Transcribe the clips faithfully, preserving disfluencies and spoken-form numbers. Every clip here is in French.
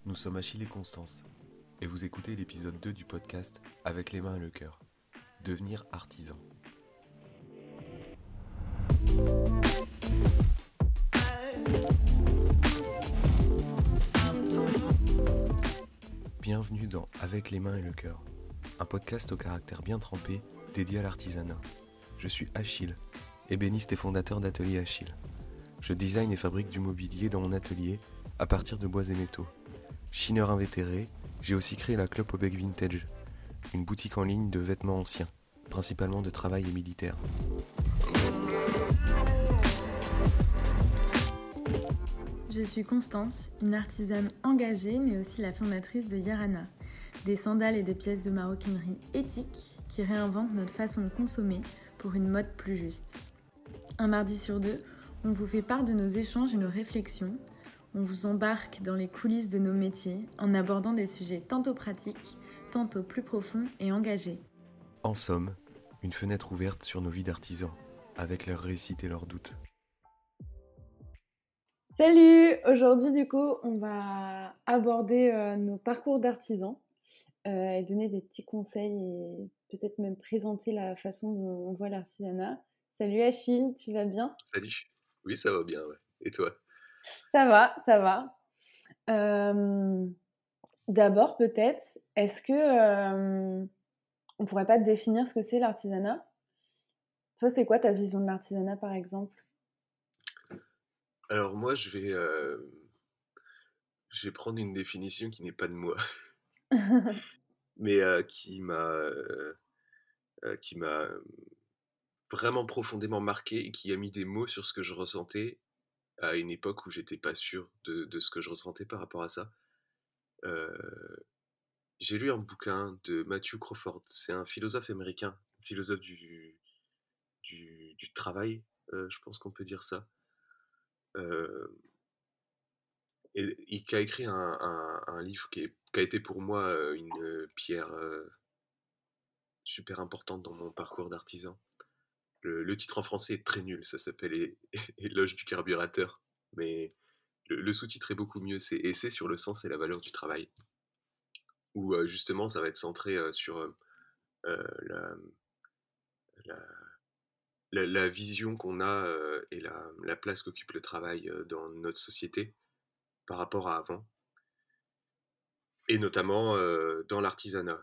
Nous sommes Achille et Constance, et vous écoutez l'épisode deux du podcast Avec les mains et le cœur. Devenir artisan. Bienvenue dans Avec les mains et le cœur, un podcast au caractère bien trempé dédié à l'artisanat. Je suis Achille, ébéniste et fondateur d'Atelier Achille. Je design et fabrique du mobilier dans mon atelier à partir de bois et métaux. Chineur invétéré, j'ai aussi créé la Clope au Bec Vintage, une boutique en ligne de vêtements anciens, principalement de travail et militaire. Je suis Constance, une artisane engagée mais aussi la fondatrice de Yarana, des sandales et des pièces de maroquinerie éthiques qui réinventent notre façon de consommer pour une mode plus juste. Un mardi sur deux, on vous fait part de nos échanges et nos réflexions. On vous embarque dans les coulisses de nos métiers en abordant des sujets tantôt pratiques, tantôt plus profonds et engagés. En somme, une fenêtre ouverte sur nos vies d'artisans, avec leurs réussites et leurs doutes. Salut! Aujourd'hui, du coup, on va aborder euh, nos parcours d'artisans euh, et donner des petits conseils et peut-être même présenter la façon dont on voit l'artisanat. Salut Achille, tu vas bien? Salut. Oui, ça va bien, ouais. Et toi? Ça va, ça va. Euh, D'abord, peut-être, est-ce que euh, on pourrait pas te définir ce que c'est l'artisanat? Toi, c'est quoi ta vision de l'artisanat, par exemple? Alors moi, je vais, euh, je vais prendre une définition qui n'est pas de moi, mais euh, qui m'a, euh, euh, qui m'a vraiment profondément marqué et qui a mis des mots sur ce que je ressentais à une époque où j'étais pas sûr de, de ce que je ressentais par rapport à ça. Euh, j'ai lu un bouquin de Matthew Crawford. C'est un philosophe américain, philosophe du, du, du travail, euh, je pense qu'on peut dire ça. Euh, Et, et qui a écrit un, un- un livre qui, est- qui a été pour moi euh, une pierre euh, super importante dans mon parcours d'artisan. Le, le titre en français est très nul, ça s'appelle É- Éloge du carburateur, mais le, le sous-titre est beaucoup mieux, c'est Essai sur le sens et la valeur du travail, où euh, justement ça va être centré euh, sur euh, euh, la, la- la- la vision qu'on a euh, et la, la place qu'occupe le travail euh, dans notre société par rapport à avant, et notamment euh, dans l'artisanat.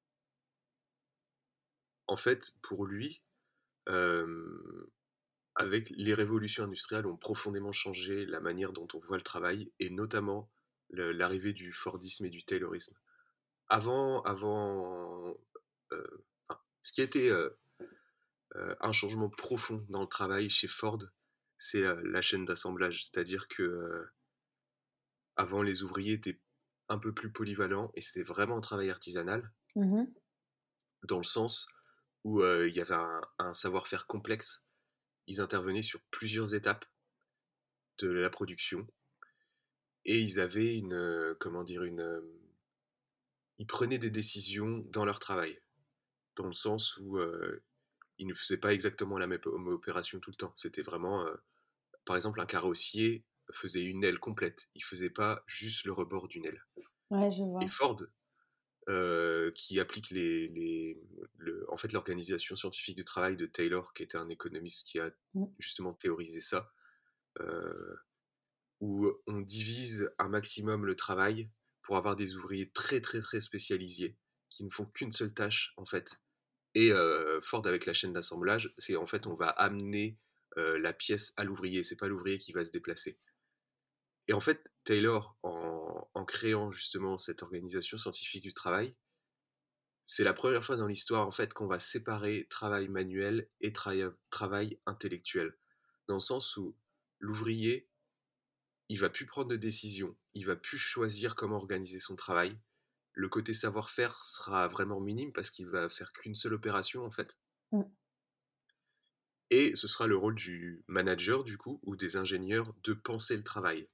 En fait, pour lui, euh, avec les révolutions industrielles ont profondément changé la manière dont on voit le travail et notamment le- l'arrivée du Fordisme et du Taylorisme. Avant, avant, euh, enfin, ce qui a été euh, euh, un changement profond dans le travail chez Ford, c'est euh, la chaîne d'assemblage. C'est-à-dire que euh, avant, les ouvriers étaient un peu plus polyvalents et c'était vraiment un travail artisanal Mhm. dans le sens où euh, il y avait un, un savoir-faire complexe. Ils intervenaient sur plusieurs étapes de la production et ils avaient une, euh, comment dire, une, euh, ils prenaient des décisions dans leur travail, dans le sens où euh, ils ne faisaient pas exactement la même opération tout le temps. C'était vraiment, euh, par exemple, un carrossier faisait une aile complète, il faisait pas juste le rebord d'une aile. Ouais, je Et vois. Ford, euh, qui applique les, les, le, en fait l'organisation scientifique du travail de Taylor, qui était un économiste qui a Mm. justement théorisé ça, euh, où on divise un maximum le travail pour avoir des ouvriers très très très spécialisés qui ne font qu'une seule tâche en fait. Et euh, Ford avec la chaîne d'assemblage, c'est en fait on va amener euh, la pièce à l'ouvrier, c'est pas l'ouvrier qui va se déplacer. Et en fait, Taylor, en, en créant justement cette organisation scientifique du travail, c'est la première fois dans l'histoire en fait qu'on va séparer travail manuel et tra- travail intellectuel, dans le sens où l'ouvrier il va plus prendre de décision, il va plus choisir comment organiser son travail. Le côté savoir-faire sera vraiment minime parce qu'il va faire qu'une seule opération en fait. Mm. Et ce sera le rôle du manager du coup ou des ingénieurs de penser le travail.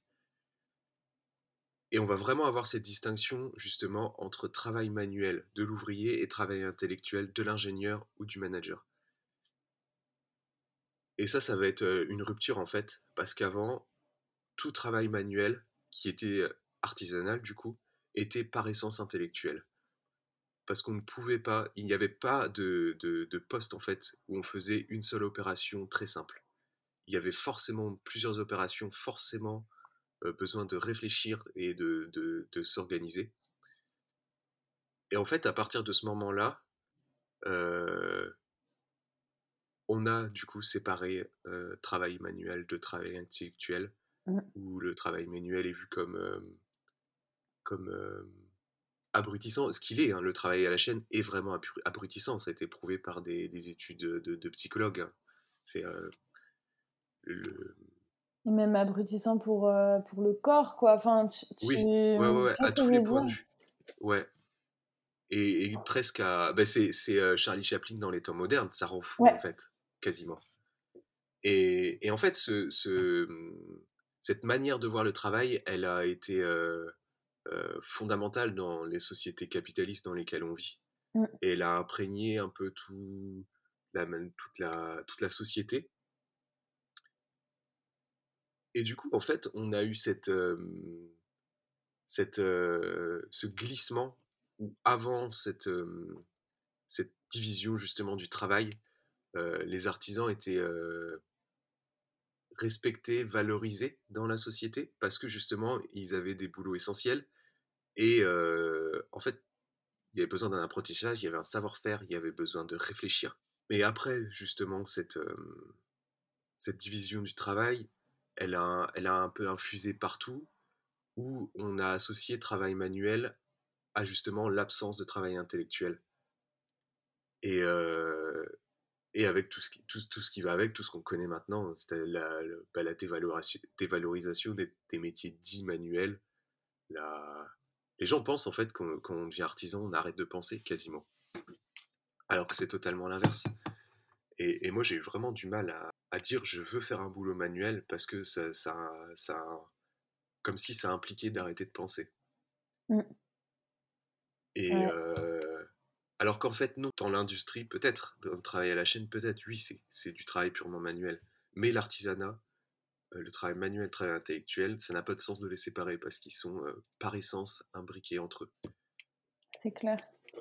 Et on va vraiment avoir cette distinction justement entre travail manuel de l'ouvrier et travail intellectuel de l'ingénieur ou du manager. Et ça, ça va être euh, une rupture en fait, parce qu'avant, tout travail manuel qui était artisanal, du coup, était par essence intellectuel. Parce qu'on ne pouvait pas, il n'y avait pas de, de, de poste en fait où on faisait une seule opération très simple. Il y avait forcément plusieurs opérations, forcément euh, besoin de réfléchir et de, de, de s'organiser. Et en fait, à partir de ce moment-là, euh, on a du coup séparé euh, travail manuel de travail intellectuel, Mm. où le travail manuel est vu comme, euh, comme euh, abrutissant, ce qu'il est, hein, le travail à la chaîne est vraiment abrutissant, ça a été prouvé par des, des études de, de, de psychologues. Hein. C'est euh, le... Et même abrutissant pour, euh, pour le corps, quoi. Enfin, tu, tu, tu Oui, ouais, ouais, ouais, vois à ce que tous je les veux points de dire? vue. Ouais, et, et presque à... Bah c'est c'est euh, Charlie Chaplin dans les temps modernes, ça rend fou en Ouais, fait, quasiment. Et, et en fait, ce, ce, cette manière de voir le travail, elle a été euh, euh, fondamentale dans les sociétés capitalistes dans lesquelles on vit. mm, Et elle a imprégné un peu tout, la, toute, la, toute la société. Et du coup, en fait, on a eu cette, euh, cette, euh, ce glissement où avant cette, euh, cette division justement du travail, euh, les artisans étaient euh, respectés, valorisés dans la société parce que justement, ils avaient des boulots essentiels. Et euh, en fait, il y avait besoin d'un apprentissage, il y avait un savoir-faire, il y avait besoin de réfléchir. Mais après, justement, cette, euh, cette division du travail, elle a, elle a un peu infusé partout, où on a associé travail manuel à justement l'absence de travail intellectuel. Et, euh, et avec tout ce, qui, tout, tout ce qui va avec, tout ce qu'on connaît maintenant, c'était la, la, bah, la dévalorisation, dévalorisation des, des métiers dits manuels. La... Les gens pensent en fait qu'on, quand on devient artisan, on arrête de penser quasiment. Alors que c'est totalement l'inverse. Et, et moi, j'ai eu vraiment du mal à, à dire je veux faire un boulot manuel parce que ça, ça, ça, comme si ça impliquait d'arrêter de penser. mm, Et ouais, euh, alors qu'en fait, non, dans l'industrie, peut-être, dans le travail à la chaîne, peut-être, oui, c'est, c'est du travail purement manuel. Mais l'artisanat, euh, le travail manuel, le travail intellectuel, ça n'a pas de sens de les séparer parce qu'ils sont euh, par essence imbriqués entre eux. c'est clair.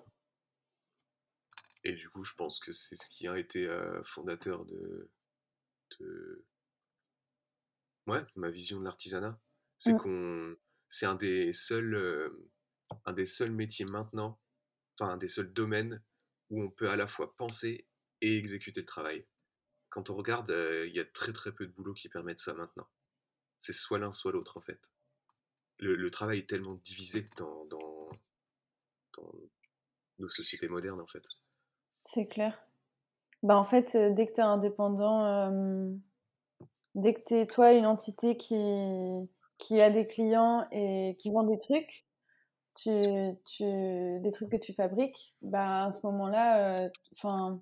Et du coup, je pense que c'est ce qui a été euh, fondateur de, de, ouais, de ma vision de l'artisanat. C'est Mm. qu'on, c'est un des seuls, euh, un des seuls métiers maintenant, enfin un des seuls domaines où on peut à la fois penser et exécuter le travail. Quand on regarde, euh, il y a très très peu de boulots qui permettent ça maintenant. C'est soit l'un, soit l'autre en fait. Le, le travail est tellement divisé dans, dans, dans nos sociétés modernes en fait. C'est clair. Bah, en fait, euh, dès que tu es indépendant, euh, dès que tu es toi une entité qui, qui a des clients et qui vend des trucs, tu, tu, des trucs que tu fabriques, bah, à ce moment-là, enfin,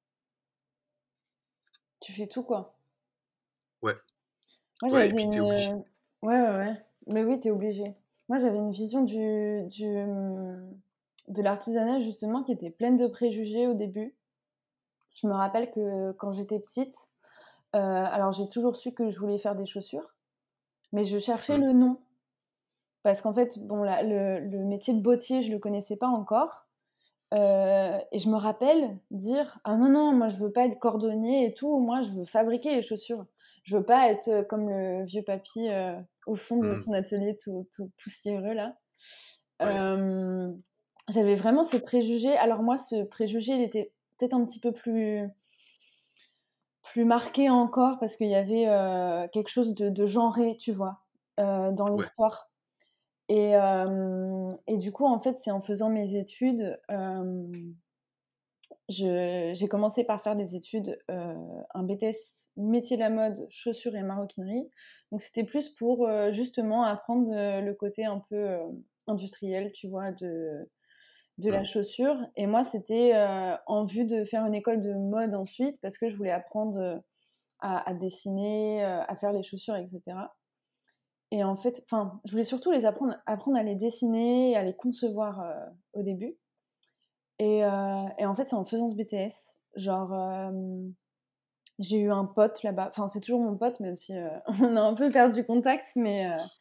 tu fais tout, quoi. Ouais, Moi, ouais, j'avais et puis t'es une... obligé. euh, Ouais, ouais, ouais. Mais oui, t'es obligé. Moi, j'avais une vision du, du, hum, de l'artisanat, justement, qui était pleine de préjugés au début. Je me rappelle que quand j'étais petite, euh, alors j'ai toujours su que je voulais faire des chaussures, mais je cherchais Mm, le nom. Parce qu'en fait, bon, la- le, le métier de bottier, je le connaissais pas encore. Euh, et je me rappelle dire: ah non, non, moi je veux pas être cordonnier et tout, moi je veux fabriquer les chaussures. Je veux pas être euh, comme le vieux papy euh, au fond de mm, son atelier tout, tout poussiéreux là. ouais, Euh, J'avais vraiment ce préjugé. Alors moi, ce préjugé, il était peut-être un petit peu plus, plus marqué encore parce qu'il y avait euh, quelque chose de, de genré, tu vois, euh, dans ouais. l'histoire. Et, euh, et du coup, en fait, c'est en faisant mes études, euh, je- j'ai commencé par faire des études, euh, un B T S métier de la mode, chaussures et maroquinerie. Donc c'était plus pour euh, justement apprendre euh, le côté un peu euh, industriel, tu vois, de, de la Mm, chaussure. Et moi, c'était euh, en vue de faire une école de mode ensuite parce que je voulais apprendre euh, à, à dessiner, euh, à faire les chaussures, et cetera. Et en fait, enfin, je voulais surtout les apprendre, apprendre à les dessiner, à les concevoir euh, au début. Et, euh, et en fait, c'est en faisant ce B T S, genre, euh, j'ai eu un pote là-bas. Enfin, c'est toujours mon pote, même si euh, on a un peu perdu contact, mais, euh,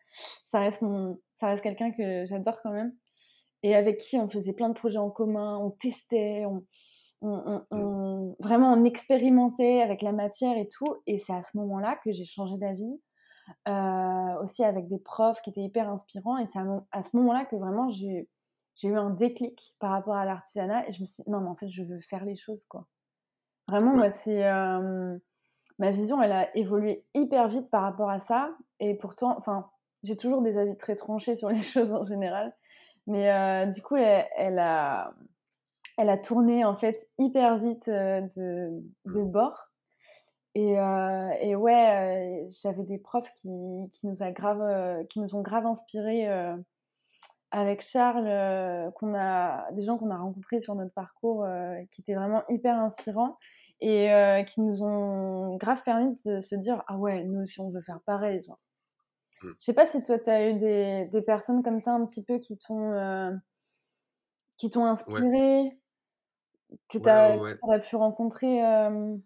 Ça reste mon ça reste quelqu'un que j'adore quand même et avec qui on faisait plein de projets en commun, on testait, on on on Mmh. on vraiment on expérimentait avec la matière et tout et c'est à ce moment-là que j'ai changé d'avis, heu, aussi avec des profs qui étaient hyper inspirants et c'est à mon à ce moment-là que vraiment j'ai j'ai eu un déclic par rapport à l'artisanat et je me suis dit: «Non mais en fait je veux faire les choses, quoi». Vraiment Ouais. moi c'est, hem, ma vision elle a évolué hyper vite par rapport à ça et pourtant enfin, j'ai toujours des avis très tranchés sur les choses en général, mais heu, du coup elle elle a elle a tourné en fait hyper vite, heu, de Mmh. de bord et heu et ouais, heu, j'avais des profs qui qui nous a grave, heu, qui nous ont grave inspirés, heu, avec Charles, heu, qu'on a des gens qu'on a rencontrés sur notre parcours, heu, qui étaient vraiment hyper inspirants et heu, qui nous ont grave permis de se dire: «Ah ouais, nous aussi on veut faire pareil», genre. Mmh. Je sais pas si toi tu as eu des des personnes comme ça un petit peu qui t'ont, heu, qui t'ont Ouais. inspiré, que tu Ouais, as ouais, que ouais. tu aurais pu rencontrer, hem,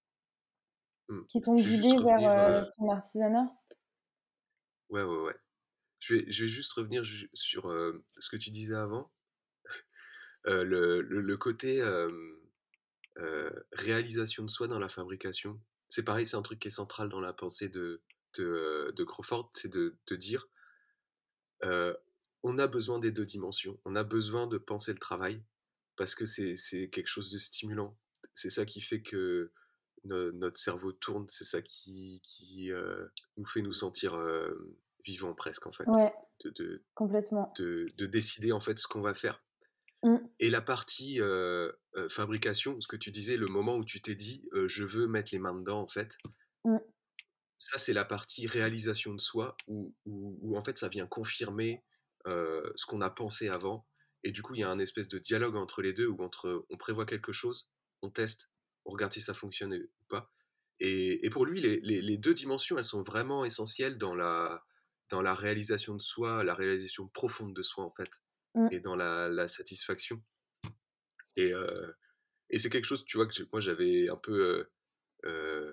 Mmh. qui t'ont Je vais juste guidé vers, revenir, heu, heu ton artisanat? ouais, ouais, ouais. Je vais je vais juste revenir ju sur, heu, ce que tu disais avant. Heu, le le le côté, hem, heu, réalisation de soi dans la fabrication. C'est pareil, c'est un truc qui est central dans la pensée de de, heu, de Crawford, c'est de de dire, heu: «On a besoin des deux dimensions. On a besoin de penser le travail parce que c'est c'est quelque chose de stimulant. C'est ça qui fait que no notre cerveau tourne, c'est ça qui qui, heu, nous fait nous sentir, hem, vivants presque, en fait, Ouais, de de complètement. de de décider, en fait, ce qu'on va faire. Mmh, Et la partie, heu heu, fabrication, ce que tu disais, le moment où tu t'es dit, heu: «Je veux mettre les mains dedans», en fait, mmh, ça, c'est la partie réalisation de soi où où où, en fait, ça vient confirmer, heu, ce qu'on a pensé avant et du coup, il y a un espèce de dialogue entre les deux où entre on prévoit quelque chose, on teste, on regarde si ça fonctionne et ou pas et et pour lui, les les les deux dimensions, elles sont vraiment essentielles dans la dans la réalisation de soi, la réalisation profonde de soi, en fait mmh, et dans la la satisfaction et heu et c'est quelque chose, tu vois, que j'ai moi, j'avais un peu, heu heu,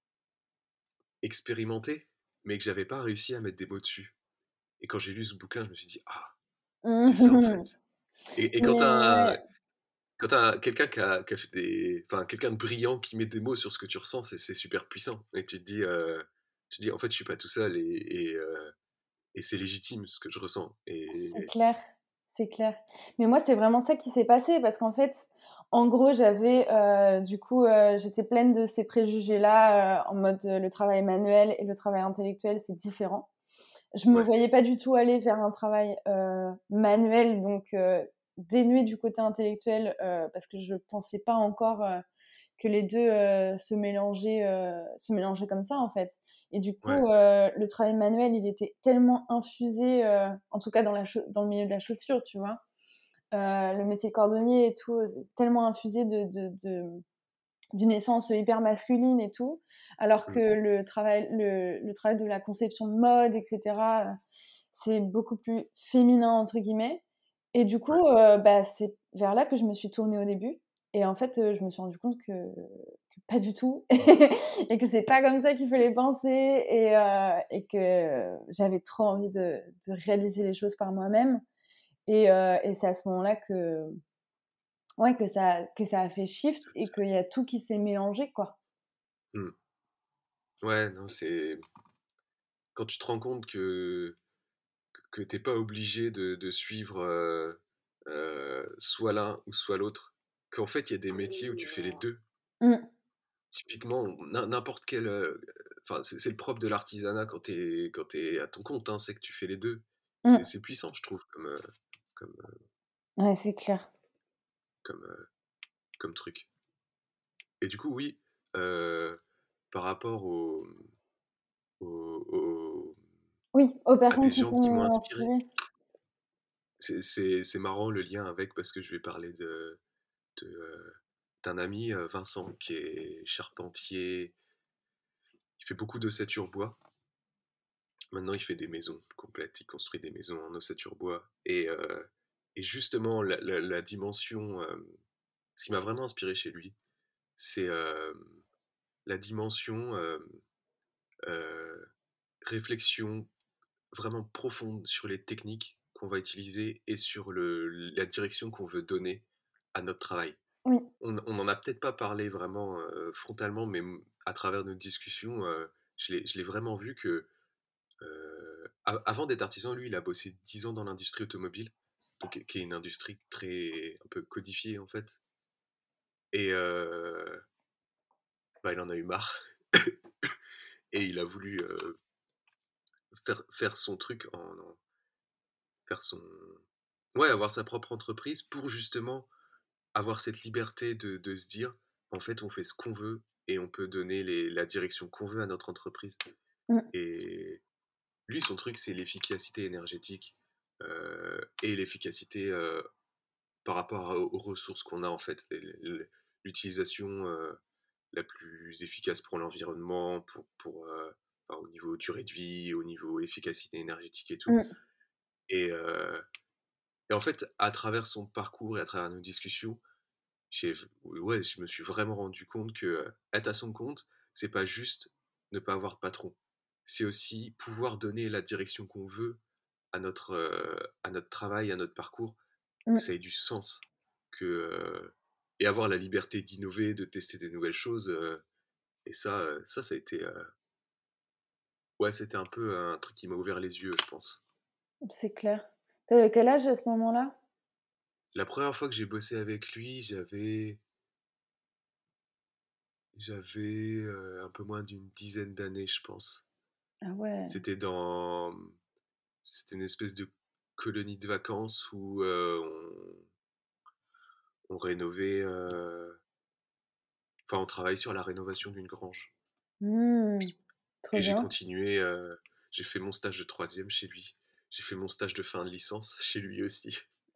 expérimenté, mais que j'avais pas réussi à mettre des mots dessus et quand j'ai lu ce bouquin, je me suis dit: «Ah, c'est ça, en mmh. fait» et et quand tu Mais as ouais, quand tu as quelqu'un qui a qui a fait des enfin, quelqu'un de brillant qui met des mots sur ce que tu ressens, c'est c'est super puissant et tu te dis, heu, tu te dis: «En fait, je suis pas tout seul et et heu et c'est légitime ce que je ressens» c'est et clair, c'est clair. Mais moi, c'est vraiment ça qui s'est passé parce qu'en fait, en gros, j'avais, heu, du coup, heu, j'étais pleine de ces préjugés-là, heu, en mode, heu, le travail manuel et le travail intellectuel, c'est différent. Je me ouais, voyais pas du tout aller vers un travail, heu, manuel, donc heu, dénué du côté intellectuel, heu, parce que je pensais pas encore, heu, que les deux heu, se mélangeaient, heu, se mélangeaient comme ça, en fait et du ouais, coup, heu, le travail manuel, il était tellement infusé, heu, en tout cas dans la chau dans le milieu de la chaussure, tu vois? Heu, le métier de cordonnier et tout, heu, tellement infusé de de de d'une essence hyper masculine et tout, alors que mmh, le travail le le travail de la conception de mode et cetera, heu, c'est beaucoup plus «féminin» entre guillemets et du ouais, coup, heu, bah, c'est vers là que je me suis tournée au début et en fait, heu, je me suis rendue compte que que pas du tout et que c'est pas comme ça qu'il fallait penser et heu et que j'avais trop envie de de réaliser les choses par moi-même et heu et c'est à ce moment-là que ouais, que ça que ça a fait shift ça et ça qu'il y a tout qui s'est mélangé, quoi. mmh, ouais, non, c'est quand tu te rends compte que que tu es pas obligé de de suivre, heu heu, soit l'un ou soit l'autre. Qu'en fait, il y a des métiers où tu fais les deux. Mmh, Typiquement, n'im n'importe quel, heu, enfin, c'est c'est le propre de l'artisanat quand tu es quand tu es à ton compte, hein, c'est que tu fais les deux. C'est mmh. c'est puissant, je trouve, comme, heu, comme, heu, Ouais, c'est clair. comme, heu, comme truc. Et du coup, oui, heu, par rapport aux, mmh, aux aux Oui, aux à personnes des qui gens qui m'ont t'ont inspiré, inspiré. c'est c'est c'est marrant le lien avec parce que je vais parler de de, heu, d'un ami, heu, Vincent, qui est charpentier, il fait beaucoup d'ossature bois. Maintenant, il fait des maisons complètes, il construit des maisons en ossature bois et heu et justement la la la dimension, hem, ce qui m'a vraiment inspiré chez lui, c'est, hem, la dimension, hem, heu, réflexion, vraiment profonde sur les techniques qu'on va utiliser et sur le la direction qu'on veut donner à notre travail. Oui. On on n'en a peut-être pas parlé vraiment, heu, frontalement, mais mmh, à travers nos discussions, heu, je l'ai je l'ai vraiment vu que, heu, a avant d'être artisan, lui, il a bossé dix ans dans l'industrie automobile, donc qui est une industrie très un peu codifiée, en fait et heu, bah, il en a eu marre et il a voulu, heu, faire faire son truc en en faire son ouais, avoir sa propre entreprise pour justement avoir cette liberté de de se dire: «En fait, on fait ce qu'on veut et on peut donner les la direction qu'on veut à notre entreprise» Mmh. et lui, son truc, c'est l'efficacité énergétique, heu et l'efficacité, heu, par rapport à aux ressources qu'on a, en fait. Et l l'utilisation, heu, la plus efficace pour l'environnement, pour pour, heu, enfin, au niveau durée de vie, au niveau efficacité énergétique et tout Mmh. et heu et en fait, à travers son parcours et à travers nos discussions, j'ai ouais, je me suis vraiment rendu compte que, heu, être à son compte, c'est pas juste ne pas avoir de patron. C'est aussi pouvoir donner la direction qu'on veut à notre, heu, à notre travail, à notre parcours, que Mmh. ça ait du sens, que, heu et avoir la liberté d'innover, de tester des nouvelles choses, heu et ça, heu, ça, ça a été, heu, ouais, c'était un peu un truc qui m'a ouvert les yeux, je pense. C'est clair. Tu avais quel âge à ce moment-là? La première fois que j'ai bossé avec lui, j'avais j'avais, heu, un peu moins d'une dizaine d'années, je pense. Ah ouais. C'était dans c'était une espèce de colonie de vacances où, heu, on on rénovait, heu, enfin, on travaillait sur la rénovation d'une grange Mmh. Trop et j'ai bien. continué, heu, j'ai fait mon stage de troisième chez lui. J'ai fait mon stage de fin de licence chez lui aussi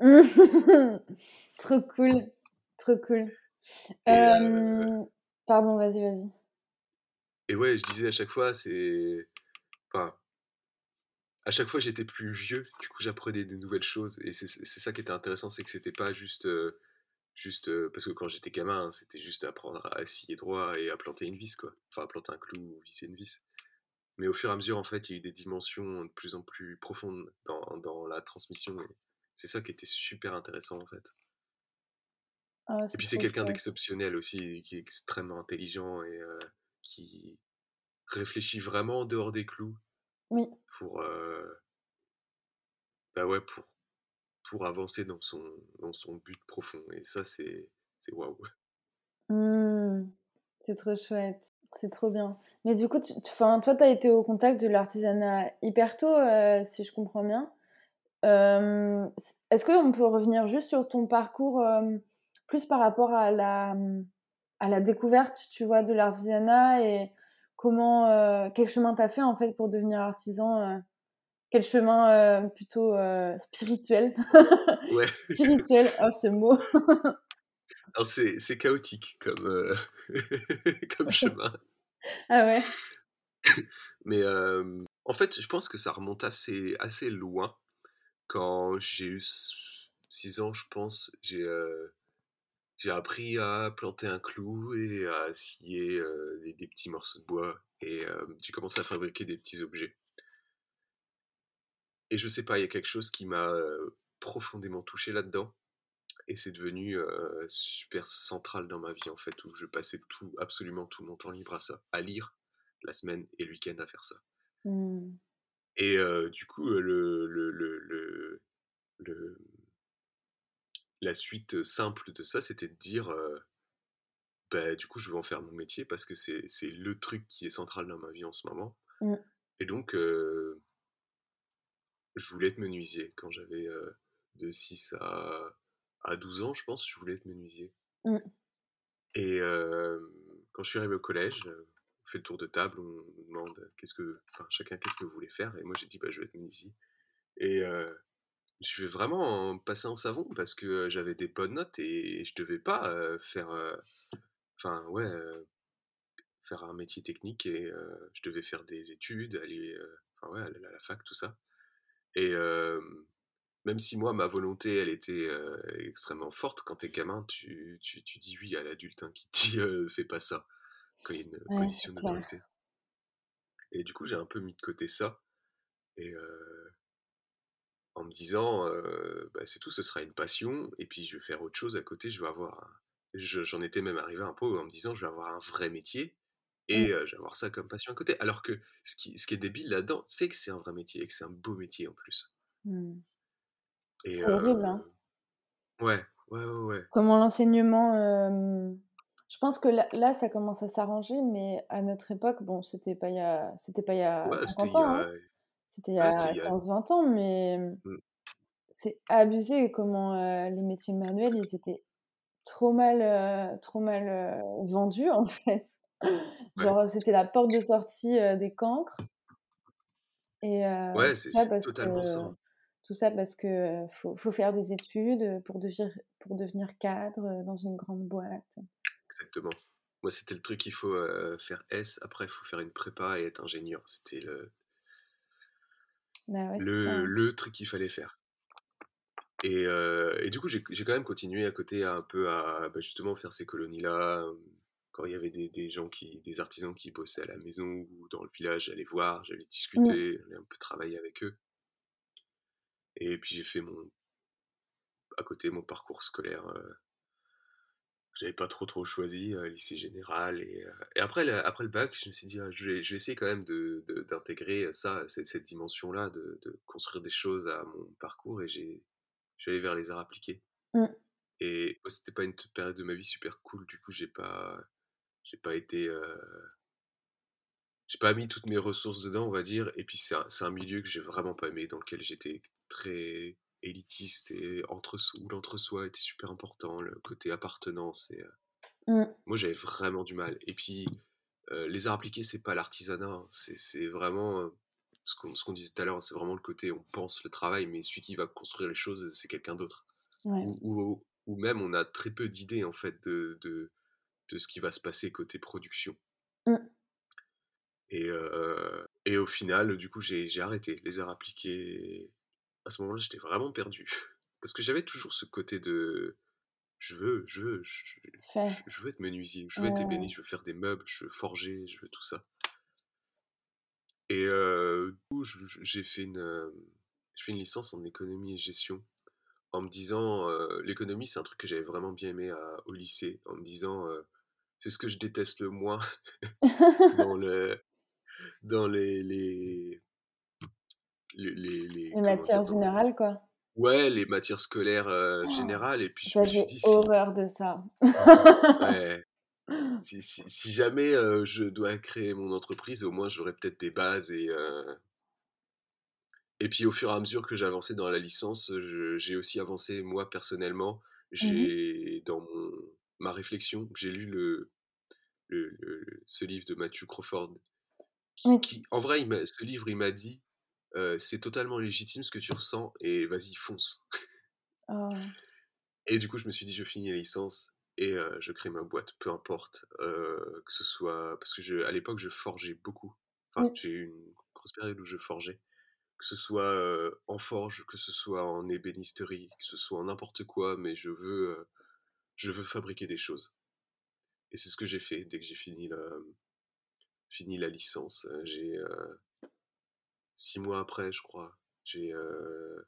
Trop cool, trop cool. et heu Hem, pardon, vas-y, vas-y. et ouais, je disais à chaque fois, c'est enfin, à chaque fois, j'étais plus vieux, du coup, j'apprenais des nouvelles choses et c'est c'est c'est ça qui était intéressant, c'est que c'était pas juste, heu juste, heu parce que quand j'étais gamin, hein, c'était juste apprendre à scier droit et à planter une vis, quoi. Enfin, à planter un clou ou visser une vis. Mais au fur et à mesure, en fait, il y a eu des dimensions de plus en plus profondes dans dans la transmission et c'est ça qui était super intéressant, en fait. Ah, Et c'est puis c'est trop quelqu'un chouette. d'exceptionnel aussi, qui est extrêmement intelligent et heu, qui réfléchit vraiment en dehors des clous Oui. pour, heu, bah, ouais, pour pour avancer dans son dans son but profond et ça, c'est c'est waouh! Mmh. C'est trop chouette, c'est trop bien. Mais du coup, tu tu enfin, toi, tu as été au contact de l'artisanat hyper tôt, heu, si je comprends bien? Hem, c est-ce qu'on peut revenir juste sur ton parcours, hem, plus par rapport à la, mmh, à la découverte, tu vois, de l'artisanat et comment, heu, quel chemin tu as fait, en fait, pour devenir artisan, heu? Quel chemin, heu, plutôt, heu, spirituel? Ouais, Spirituel, oh ce mot! alors c'est c'est chaotique comme, heu, comme chemin, Ah ouais? mais hem, en fait, je pense que ça remonte assez assez loin. Quand j'ai eu s six ans, je pense, j'ai, heu, j'ai appris à planter un clou et à scier, heu, des des petits morceaux de bois et hem, j'ai commencé à fabriquer des petits objets et je sais pas, il y a quelque chose qui m'a, heu, profondément touché là-dedans et c'est devenu, heu, super central dans ma vie, en fait, où je passais tout absolument tout mon temps libre à ça, à lire la semaine et le week-end à faire ça Mmh. et heu, du coup, heu, le le le le le la suite, simple de ça, c'était de dire, heu: «Bah, du coup, je veux en faire mon métier parce que c'est c'est le truc qui est central dans ma vie en ce moment» Mmh. et donc heu, je voulais être menuisier quand j'avais, heu, de six à à douze ans, je pense, je voulais être menuisier Mmh. et hem, quand je suis arrivé au collège, heu, on fait le tour de table, on nous demande: «Qu'est-ce que» enfin, chacun: «Qu'est-ce que vous voulez faire?» et moi, j'ai dit: «Bah, je veux être menuisier» et heu, je vais vraiment en passer en savon parce que, heu, j'avais des bonnes notes et je devais pas, heu, faire, heu, enfin, ouais, heu faire un métier technique et heu, je devais faire des études, aller, heu, enfin ouais, aller à la fac, tout ça et hem, même si moi, ma volonté, elle était, heu, extrêmement forte, quand tu es gamin, tu tu tu dis oui à l'adulte, hein, qui te dit, heu: «Fais pas ça», quand il y a une Ouais, c'est position clair. d'autorité et du coup, j'ai un peu mis de côté ça et heu en me disant, heu: «Bah, c'est tout, ce sera une passion et puis je vais faire autre chose à côté, je vais avoir un» je j'en étais même arrivé à un point où en me disant: «Je vais avoir un vrai métier Mmh. et heu, je vais avoir ça comme passion à côté». Alors que ce qui ce qui est débile là-dedans, c'est que c'est un vrai métier et que c'est un beau métier en plus Mmh. et C'est horrible, hein. heu, ouais, ouais, ouais, ouais. Comment l'enseignement, hem, je pense que là là, ça commence à s'arranger, mais à notre époque, bon, c'était pas il y a c'était pas il y a Ouais, c'était cinquante il y ans, hein, a c'était il y ouais, c'était a il y a quinze vingt ans, mais mmh, mmh, c'est abusé comment, heu, les métiers manuels, ils étaient trop mal, heu, trop mal, heu, vendus, en fait. ouais, Genre, c'était la porte de sortie, heu, des cancres et heu, ouais, tout c'est ça c'est parce que totalement ça, hein. tout ça parce que, heu, faut faut faire des études, heu, pour devir pour devenir cadre, heu, dans une grande boîte. Exactement. Moi, c'était le truc, il faut, heu, faire S, après il faut faire une prépa et être ingénieur. C'était le Bah, ouais, c'est ça, le hein. le truc qu'il fallait faire et heu et du coup, j'ai j'ai quand même continué à côté à un peu à, bah, justement faire ces colonies-là, hem, quand il y avait des des gens qui des artisans qui bossaient à la maison ou dans le village, j'allais voir, j'allais Mmh. discuter, j'allais un peu travailler avec eux et puis j'ai fait mon à côté mon parcours scolaire, heu, j'avais pas trop, trop choisi, heu, lycée général et heu et après le après le bac, je me suis dit: «Ah, je vais je vais essayer quand même de de d'intégrer ça, cette cette dimension-là, de de construire des choses à mon parcours» et j'ai je suis allé vers les arts appliqués Mmh. et moi, c'était pas une t période de ma vie super cool, du coup, j'ai pas j'ai pas été, heu, j'ai pas mis toutes mes ressources dedans, on va dire et puis c'est un c'est un milieu que j'ai vraiment pas aimé, dans lequel j'étais très élitiste et entre s où l'entre-soi était super important, le côté appartenance et heu, Mmh. moi, j'avais vraiment du mal et puis, heu, les arts appliqués, c'est pas l'artisanat, hein, c'est c'est vraiment, heu, ce qu'on ce qu'on disait tout à l'heure, c'est vraiment le côté on pense le travail, mais celui qui va construire les choses, c'est quelqu'un d'autre. Ouais. Ou ou ou même on a très peu d'idées, en fait, de de de ce qui va se passer côté production Mmh. et heu et au final, du coup, j'ai j'ai arrêté les arts appliqués. À ce moment-là, j'étais vraiment perdu parce que j'avais toujours ce côté de: «Je veux je veux je Faire. je je veux être menuisier, je veux être Ouais, ébéniste, je veux faire des meubles, je veux forger, je veux tout ça» et heu, du coup, je je j'ai fait une, hem, j'ai fait une licence en économie et gestion en me disant, heu l'économie, c'est un truc que j'avais vraiment bien aimé à au lycée, en me disant, heu: «C'est ce que je déteste le moins ouais. dans le dans les les les les les Les comment dire? matières Dans générales, quoi. ouais, les matières scolaires, heu, générales et puis je me suis J'avais dit: «Si» horreur de ça. ouais, si si si jamais, heu, je dois créer mon entreprise, au moins j'aurai peut-être des bases et heu et puis au fur et à mesure que j'avançais dans la licence, je j'ai aussi avancé moi personnellement. Mmh mh. J'ai dans mon ma réflexion, j'ai lu le le le ce livre de Matthew Crawford qui Oui. qui en vrai, il m'a ce livre, il m'a dit, heu: «C'est totalement légitime ce que tu ressens et vas-y fonce». Oh. Et du coup, je me suis dit: «Je finis la licence et heu, je crée ma boîte», peu importe, heu, que ce soit parce que je à l'époque, je forgeais beaucoup. Enfin, Oui. j'ai eu une grosse période où je forgeais, que ce soit, heu, en forge, que ce soit en ébénisterie, que ce soit en n'importe quoi, mais je veux, heu, je veux fabriquer des choses et c'est ce que j'ai fait dès que j'ai fini la fini la licence, heu, j'ai, heu, six mois après, je crois, j'ai, heu,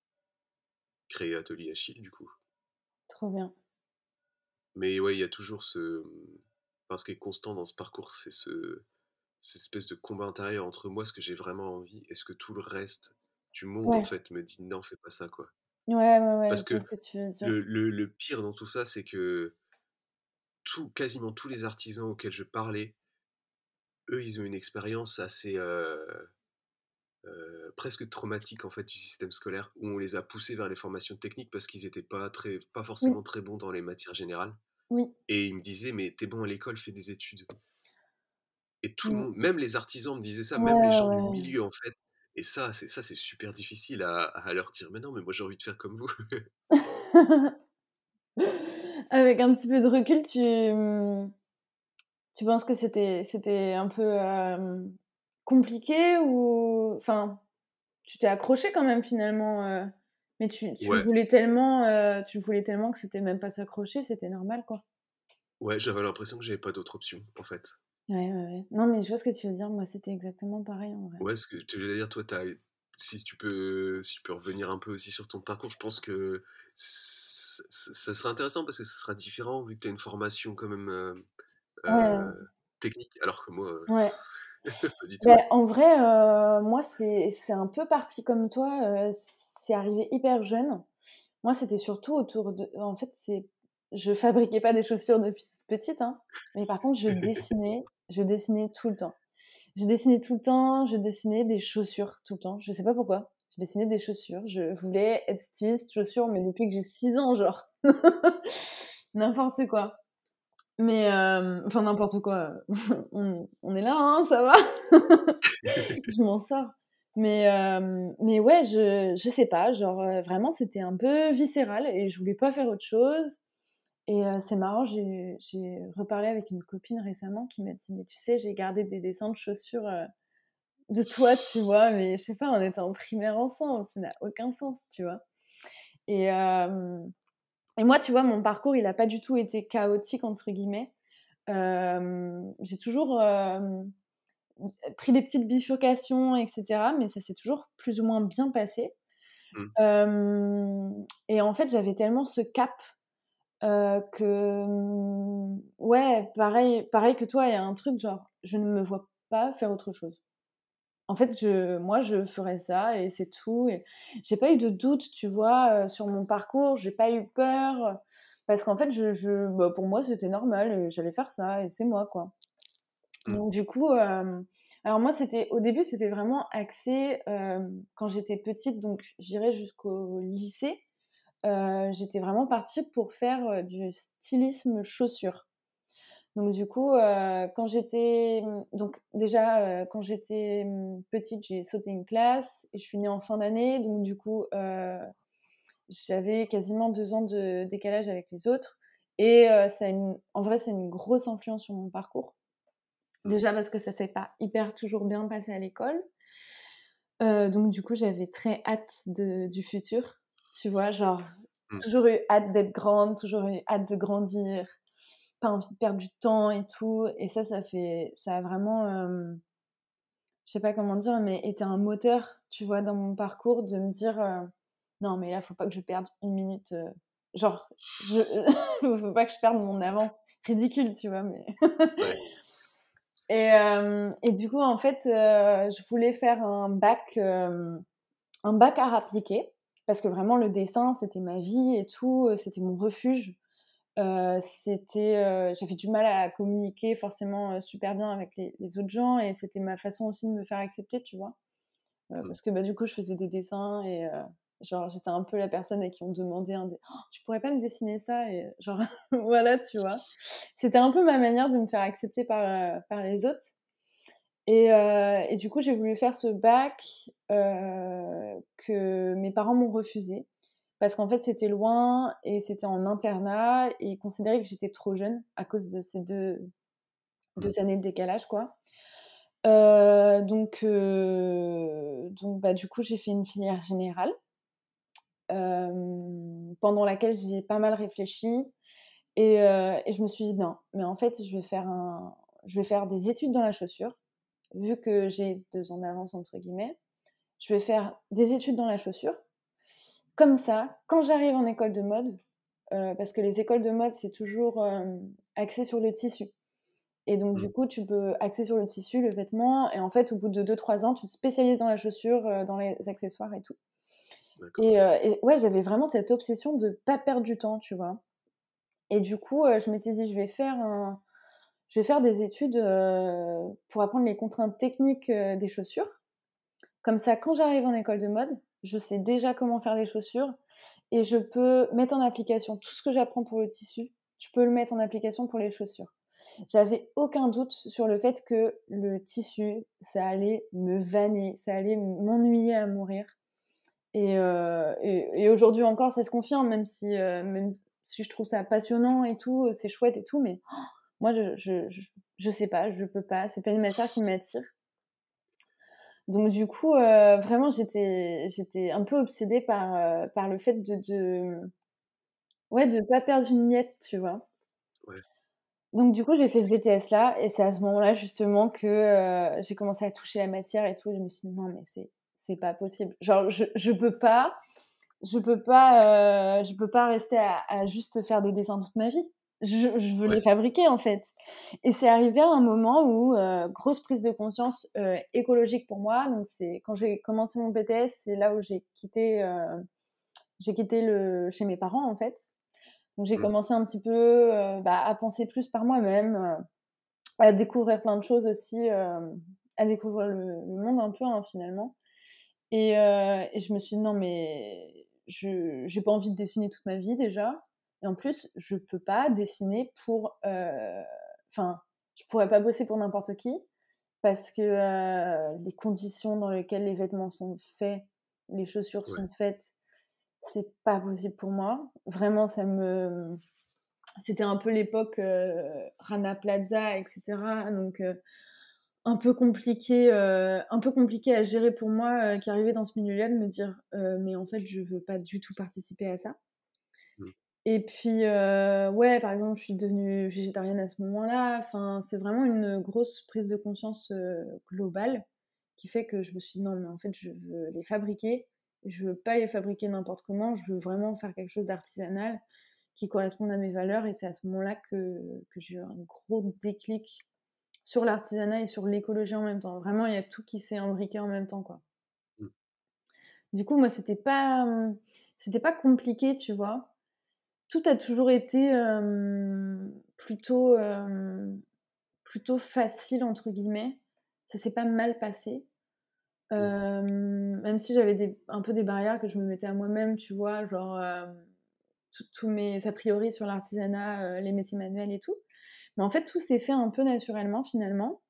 créé Atelier Achille, du coup. Trop bien. Mais ouais, il y a toujours ce, mmh, enfin, ce qui est constant dans ce parcours, c'est ce cette espèce de combat intérieur entre moi, ce que j'ai vraiment envie et ce que tout le reste du monde, en Ouais. fait, me dit: «Non, fais pas ça, quoi». Ouais, ouais, ouais, Parce je vois que ce que tu veux dire. le le le pire dans tout ça, c'est que tout quasiment tous les artisans auxquels je parlais, eux, ils ont une expérience assez, heu heu, presque traumatique, en fait, du système scolaire, où on les a poussés vers les formations techniques parce qu'ils étaient pas très pas Oui, forcément très bons dans les matières générales oui. et ils me disaient: «Mais tu es bon à l'école, fais des études». Et tout le Mmh. monde, même les artisans me disaient ça, Ouais, même les gens du ouais, ouais. milieu, en fait et ça, c'est ça, c'est super difficile à à leur dire: «Mais non, mais moi j'ai envie de faire comme vous». Avec un petit peu de recul, tu, mmh, tu penses que c'était c'était un peu, hem, compliqué ou enfin, tu t'es accroché quand même finalement, heu, mais tu tu le Ouais, voulais tellement, heu, tu le voulais tellement que c'était même pas s'accrocher, c'était normal, quoi? ouais, j'avais l'impression que j'avais pas d'autre option, en fait. Ouais, ouais, ouais. Non, mais je vois ce que tu veux dire. Moi, c'était exactement pareil en vrai. Ouais, ce que tu veux dire, toi, tu as si tu peux si tu peux revenir un peu aussi sur ton parcours, je pense que ç ç ça serait intéressant parce que ce sera différent vu que tu as une formation quand même, heu Ouais, heu, technique alors que moi, heu, ouais. pas du Beh, tout. en vrai, heu, moi, c'est c'est un peu parti comme toi, heu, c'est arrivé hyper jeune. Moi, c'était surtout autour de en fait, c'est je fabriquais pas des chaussures depuis toute petite, hein, mais par contre, je dessinais, je dessinais tout le temps. Je dessinais tout le temps, je dessinais des chaussures tout le temps. Je sais pas pourquoi. Je dessinais des chaussures. Je voulais être styliste chaussures, mais depuis que j'ai six ans, genre. N'importe quoi. Mais hem, enfin n'importe quoi, on on est là, hein, ça va. Je m'en sors. Mais hem, mais ouais, je je sais pas, genre, heu, vraiment c'était un peu viscéral et je voulais pas faire autre chose et heu, c'est marrant, j'ai j'ai reparlé avec une copine récemment qui m'a dit: «Mais tu sais, j'ai gardé des dessins de chaussures, heu, de toi, tu vois?» mais je sais pas, on était en primaire ensemble, ça n'a aucun sens, tu vois? Et hem et moi, tu vois, mon parcours, il a pas du tout été «chaotique» entre guillemets. Hem, j'ai toujours, hem, pris des petites bifurcations et cetera, mais ça s'est toujours plus ou moins bien passé. Mmh. Hem et en fait, j'avais tellement ce cap, heu, que, mmh, ouais, pareil pareil que toi, il y a un truc genre, je ne me vois pas faire autre chose. En fait, je moi, je ferais ça et c'est tout et j'ai pas eu de doute, tu vois, heu, sur mon parcours. J'ai pas eu peur, parce qu'en fait, je je bah, pour moi, c'était normal et j'allais faire ça et c'est moi, quoi. Mmh. Donc du coup, hem, alors moi, c'était au début, c'était vraiment axé, hem, quand j'étais petite, donc je dirais jusqu'au lycée, heu, j'étais vraiment partie pour faire, heu, du stylisme chaussures. Donc du coup, heu, quand j'étais, mmh, donc déjà, heu, quand j'étais, mmh, petite, j'ai sauté une classe et je suis née en fin d'année, donc du coup, heu, j'avais quasiment deux ans de décalage avec les autres et heu, ça a une en vrai, c'est une grosse influence sur mon parcours. Mmh. Déjà parce que ça s'est pas hyper toujours bien passé à l'école, heu, donc du coup, j'avais très hâte de du futur, tu vois? Genre, Mmh. toujours eu hâte d'être grande, toujours eu hâte de grandir, pas envie de perdre du temps et tout et ça, ça fait ça a vraiment, hem, je sais pas comment dire, mais été un moteur, tu vois, dans mon parcours de me dire, heu: «Non, mais là, faut pas que je perde une minute, heu, genre, je faut pas que je perde mon avance». Ridicule, tu vois? Mais Ouais. et hem et du coup, en fait, heu, je voulais faire un bac, hem, un bac art appliqué parce que vraiment le dessin, c'était ma vie et tout, heu, c'était mon refuge. Heu, c'était, heu, j'avais du mal à communiquer forcément, heu, super bien avec les les autres gens et c'était ma façon aussi de me faire accepter, tu vois? Heu, Mmh. parce que, bah, du coup, je faisais des dessins et heu, genre, j'étais un peu la personne à qui on demandait un dé: «Oh, tu pourrais pas me dessiner ça?» et genre voilà, tu vois? C'était un peu ma manière de me faire accepter par, heu, par les autres et heu et du coup, j'ai voulu faire ce bac, heu, que mes parents m'ont refusé parce qu'en fait, c'était loin et c'était en internat et ils considéraient que j'étais trop jeune à cause de ces deux Mmh. deux années de décalage, quoi. Heu, donc heu, donc bah, du coup, j'ai fait une filière générale, hem, pendant laquelle j'ai pas mal réfléchi et heu et je me suis dit: «Non, mais en fait, je vais faire un je vais faire des études dans la chaussure, vu que j'ai deux ans d'avance» entre guillemets. Je vais faire des études dans la chaussure. Comme ça, quand j'arrive en école de mode, heu, parce que les écoles de mode, c'est toujours, hem, axé sur le tissu et donc Mmh. du coup, tu peux axer sur le tissu, le vêtement et en fait, au bout de deux trois ans, tu te spécialises dans la chaussure, heu, dans les accessoires et tout D'accord. et heu et ouais, j'avais vraiment cette obsession de pas perdre du temps, tu vois? Et du coup, heu, je m'étais dit: «Je vais faire un je vais faire des études, heu, pour apprendre les contraintes techniques, heu, des chaussures. Comme ça, quand j'arrive en école de mode, je sais déjà comment faire les chaussures et je peux mettre en application tout ce que j'apprends pour le tissu, je peux le mettre en application pour les chaussures». J'avais aucun doute sur le fait que le tissu, ça allait me vanner, ça allait m'ennuyer à mourir et heu et et aujourd'hui encore, ça se confirme, même si, heu, même si je trouve ça passionnant et tout, c'est chouette et tout, mais moi je je je je sais pas, je peux pas, c'est pas une matière qui m'attire. Donc du coup, heu, vraiment j'étais j'étais un peu obsédée par, heu, par le fait de de ouais, de pas perdre une miette, tu vois? Ouais. Donc du coup, j'ai fait ce B T S-là et c'est à ce moment-là justement que, heu, j'ai commencé à toucher la matière et tout et je me suis dit: «Non mais c'est c'est pas possible. Genre je je peux pas je peux pas, heu, je peux pas rester à à juste faire des dessins toute ma vie. Je je veux les Ouais. fabriquer, en fait et c'est arrivé à un moment où, heu, grosse prise de conscience, heu, écologique pour moi. Donc c'est quand j'ai commencé mon B T S, c'est là où j'ai quitté, heu, j'ai quitté le chez mes parents, en fait. Donc j'ai Mmh. commencé un petit peu, heu, bah, à penser plus par moi-même, heu, à découvrir plein de choses aussi, hem, à découvrir le le monde un peu, hein, finalement et heu et je me suis dit: «Non mais je j'ai pas envie de dessiner toute ma vie déjà et en plus je peux pas dessiner pour, heu, enfin, je pourrais pas bosser pour n'importe qui parce que, heu, les conditions dans lesquelles les vêtements sont faits, les chaussures Ouais. sont faites, c'est pas possible pour moi». Vraiment ça me c'était un peu l'époque, heu, Rana Plaza et cetera donc heu, un peu compliqué, heu, un peu compliqué à gérer pour moi, heu, qui arrivais dans ce milieu-là, de me dire: «Heu, mais en fait, je veux pas du tout participer à ça» Mmh. et puis, heu, ouais, par exemple, je suis devenue végétarienne à ce moment-là. Enfin, c'est vraiment une grosse prise de conscience, heu, globale qui fait que je me suis dit: «Non, mais en fait, je veux les fabriquer. Je veux pas les fabriquer n'importe comment. Je veux vraiment faire quelque chose d'artisanal qui corresponde à mes valeurs» et c'est à ce moment-là que que j'ai eu un gros déclic sur l'artisanat et sur l'écologie en même temps. Vraiment, il y a tout qui s'est imbriqué en même temps, quoi. Mmh. Du coup, moi, c'était pas, mmh, c'était pas compliqué, tu vois? Tout a toujours été, hem, plutôt, hem, plutôt «facile» entre guillemets. Ça s'est pas mal passé. Mmh. Hem, même si j'avais des un peu des barrières que je me mettais à moi-même, tu vois? Genre, hem, tous tous mes a priori sur l'artisanat, heu, les métiers manuels et tout. Mais en fait, tout s'est fait un peu naturellement finalement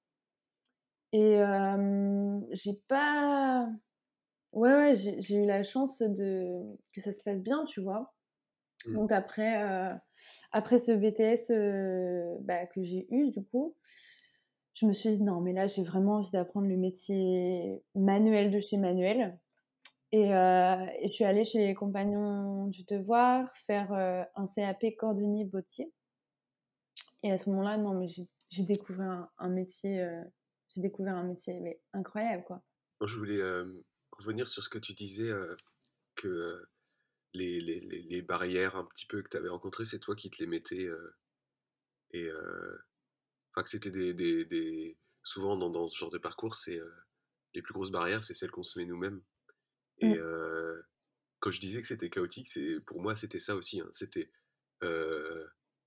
et hem, j'ai pas ouais, ouais, j'ai j'ai eu la chance de que ça se passe bien, tu vois? Mmh. Donc après, heu, après ce B T S, heu, bah, que j'ai eu du coup, je me suis dit: «Non, mais là, j'ai vraiment envie d'apprendre le métier manuel de chez manuel» et heu et je suis allée chez les Compagnons du Devoir faire, heu, un C A P cordonnier bottier et à ce moment-là, non, mais j'ai j'ai découvert un un métier, heu, j'ai découvert un métier, mais incroyable, quoi. Moi, je voulais, hem, revenir sur ce que tu disais, heu, que, heu, les les les les barrières un petit peu que tu avais rencontrées, c'est toi qui te les mettais, heu et heu, enfin que c'était des des des souvent dans dans ce genre de parcours, c'est, heu, les plus grosses barrières, c'est celles qu'on se met nous-mêmes et Mmh. heu, quand je disais que c'était chaotique, c'est pour moi, c'était ça aussi, hein. C'était, heu,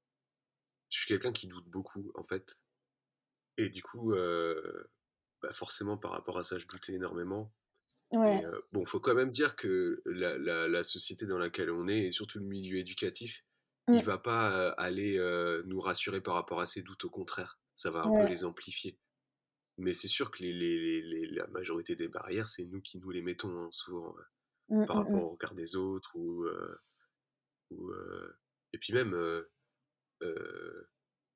je suis quelqu'un qui doute beaucoup, en fait et du coup, heu, bah, forcément par rapport à ça, je doutais énormément et Ouais. heu, bon, faut quand même dire que la la la société dans laquelle on est et surtout le milieu éducatif, il Mmh. va pas, heu, aller, heu, nous rassurer par rapport à ces doutes, au contraire, ça va un peu Ouais. les amplifier. Mais c'est sûr que les les les la majorité des barrières, c'est nous qui nous les mettons, hein, souvent, heu, Mmh, par mmh rapport mh. au regard des autres ou heu ou heu et puis même, heu heu,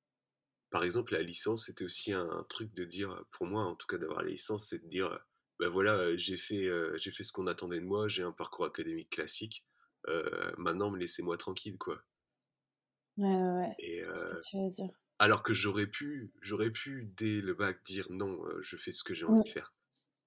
par exemple, la licence, c'était aussi un un truc de dire, pour moi en tout cas d'avoir la licence, c'est de dire, heu: «Bah, voilà, heu, j'ai fait, heu, j'ai fait ce qu'on attendait de moi, j'ai un parcours académique classique, heu, maintenant laissez-moi tranquille, quoi» Ouais, ouais, ouais. et Je vois ce que heu, tu veux dire. alors que j'aurais pu j'aurais pu dès le bac dire: «Non, heu, je fais ce que j'ai envie de Mmh. faire».